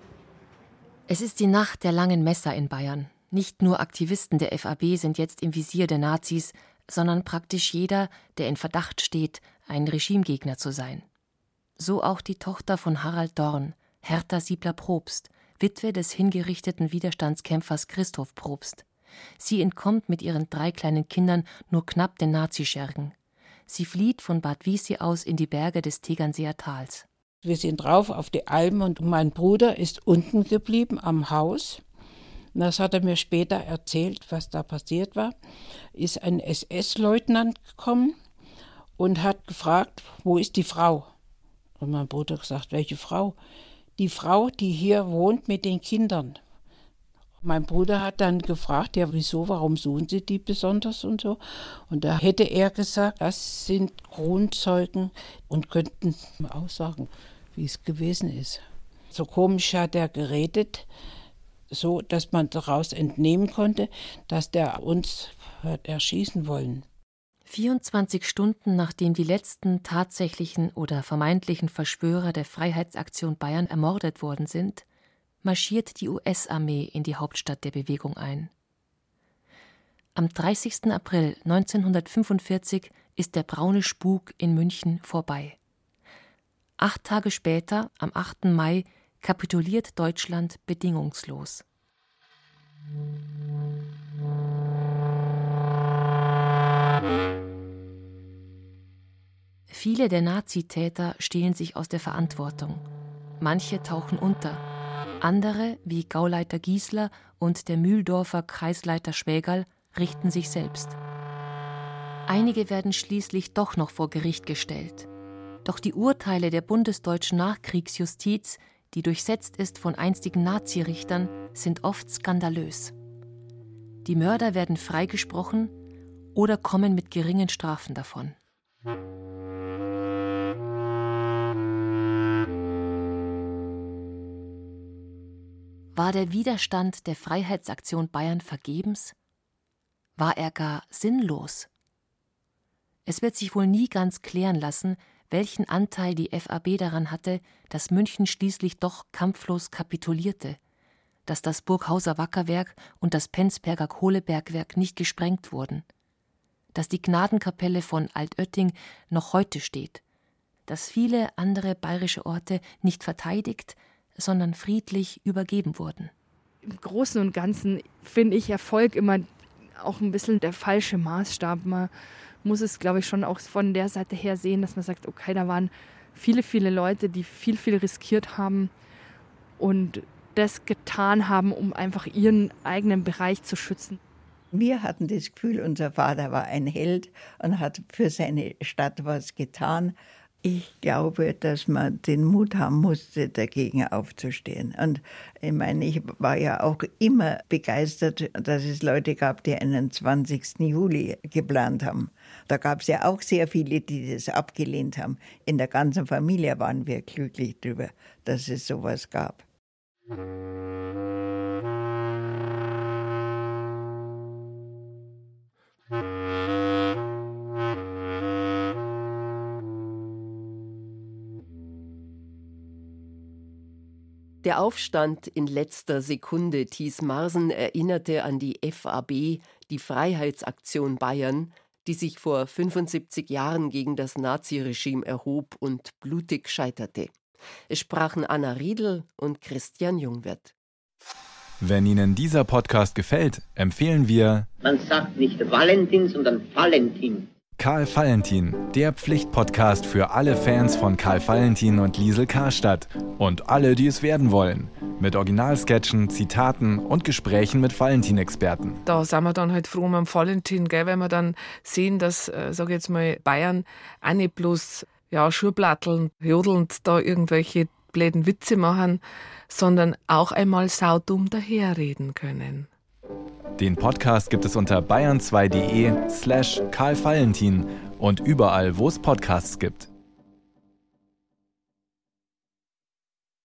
Es ist die Nacht der langen Messer in Bayern. Nicht nur Aktivisten der F A B sind jetzt im Visier der Nazis, sondern praktisch jeder, der in Verdacht steht, ein Regimegegner zu sein. So auch die Tochter von Harald Dorn, Hertha Siebler-Probst, Witwe des hingerichteten Widerstandskämpfers Christoph Probst. Sie entkommt mit ihren drei kleinen Kindern nur knapp den Nazischergen. Sie flieht von Bad Wiessee aus in die Berge des Tegernseer Tals. Wir sind rauf auf die Alm und mein Bruder ist unten geblieben am Haus. Und das hat er mir später erzählt, was da passiert war. Ist ein S S-Leutnant gekommen und hat gefragt, wo ist die Frau? Und mein Bruder hat gesagt, welche Frau? Die Frau, die hier wohnt mit den Kindern. Mein Bruder hat dann gefragt, ja wieso, warum suchen Sie die besonders und so. Und da hätte er gesagt, das sind Kronzeugen und könnten aussagen, wie es gewesen ist. So komisch hat er geredet, so dass man daraus entnehmen konnte, dass der uns hat erschießen wollen. vierundzwanzig Stunden nachdem die letzten tatsächlichen oder vermeintlichen Verschwörer der Freiheitsaktion Bayern ermordet worden sind, marschiert die U S-Armee in die Hauptstadt der Bewegung ein. Am dreißigsten April neunzehnhundertfünfundvierzig ist der braune Spuk in München vorbei. Acht Tage später, am achten Mai, kapituliert Deutschland bedingungslos. Viele der Nazitäter stehlen sich aus der Verantwortung. Manche tauchen unter. Andere, wie Gauleiter Giesler und der Mühldorfer Kreisleiter Schwägerl, richten sich selbst. Einige werden schließlich doch noch vor Gericht gestellt. Doch die Urteile der bundesdeutschen Nachkriegsjustiz, die durchsetzt ist von einstigen Nazirichtern, sind oft skandalös. Die Mörder werden freigesprochen oder kommen mit geringen Strafen davon. War der Widerstand der Freiheitsaktion Bayern vergebens? War er gar sinnlos? Es wird sich wohl nie ganz klären lassen, welchen Anteil die F A B daran hatte, dass München schließlich doch kampflos kapitulierte, dass das Burghauser Wackerwerk und das Penzberger Kohlebergwerk nicht gesprengt wurden, dass die Gnadenkapelle von Altötting noch heute steht, dass viele andere bayerische Orte nicht verteidigt, sondern friedlich übergeben wurden. Im Großen und Ganzen finde ich Erfolg immer auch ein bisschen der falsche Maßstab. Man muss es, glaube ich, schon auch von der Seite her sehen, dass man sagt, okay, da waren viele, viele Leute, die viel, viel riskiert haben und das getan haben, um einfach ihren eigenen Bereich zu schützen. Wir hatten das Gefühl, unser Vater war ein Held und hat für seine Stadt was getan. Ich glaube, dass man den Mut haben musste, dagegen aufzustehen. Und ich meine, ich war ja auch immer begeistert, dass es Leute gab, die einen zwanzigsten Juli geplant haben. Da gab es ja auch sehr viele, die das abgelehnt haben. In der ganzen Familie waren wir glücklich darüber, dass es sowas gab. Der Aufstand in letzter Sekunde Thies Marsen erinnerte an die F A B, die Freiheitsaktion Bayern, die sich vor fünfundsiebzig Jahren gegen das Naziregime erhob und blutig scheiterte. Es sprachen Anna Riedl und Christian Jungwirth. Wenn Ihnen dieser Podcast gefällt, empfehlen wir... Man sagt nicht Valentin, sondern Valentin. Karl Valentin, der Pflichtpodcast für alle Fans von Karl Valentin und Liesel Karstadt und alle, die es werden wollen. Mit Originalsketchen, Zitaten und Gesprächen mit Valentin-Experten. Da sind wir dann halt froh um den Valentin, gell, weil wir dann sehen, dass, äh, sag ich jetzt mal, Bayern auch nicht bloß ja, Schurplatteln, jodelnd da irgendwelche bläden Witze machen, sondern auch einmal saudumm daherreden können. Den Podcast gibt es unter bayern zwei punkt de slash Karl Valentin und überall, wo es Podcasts gibt.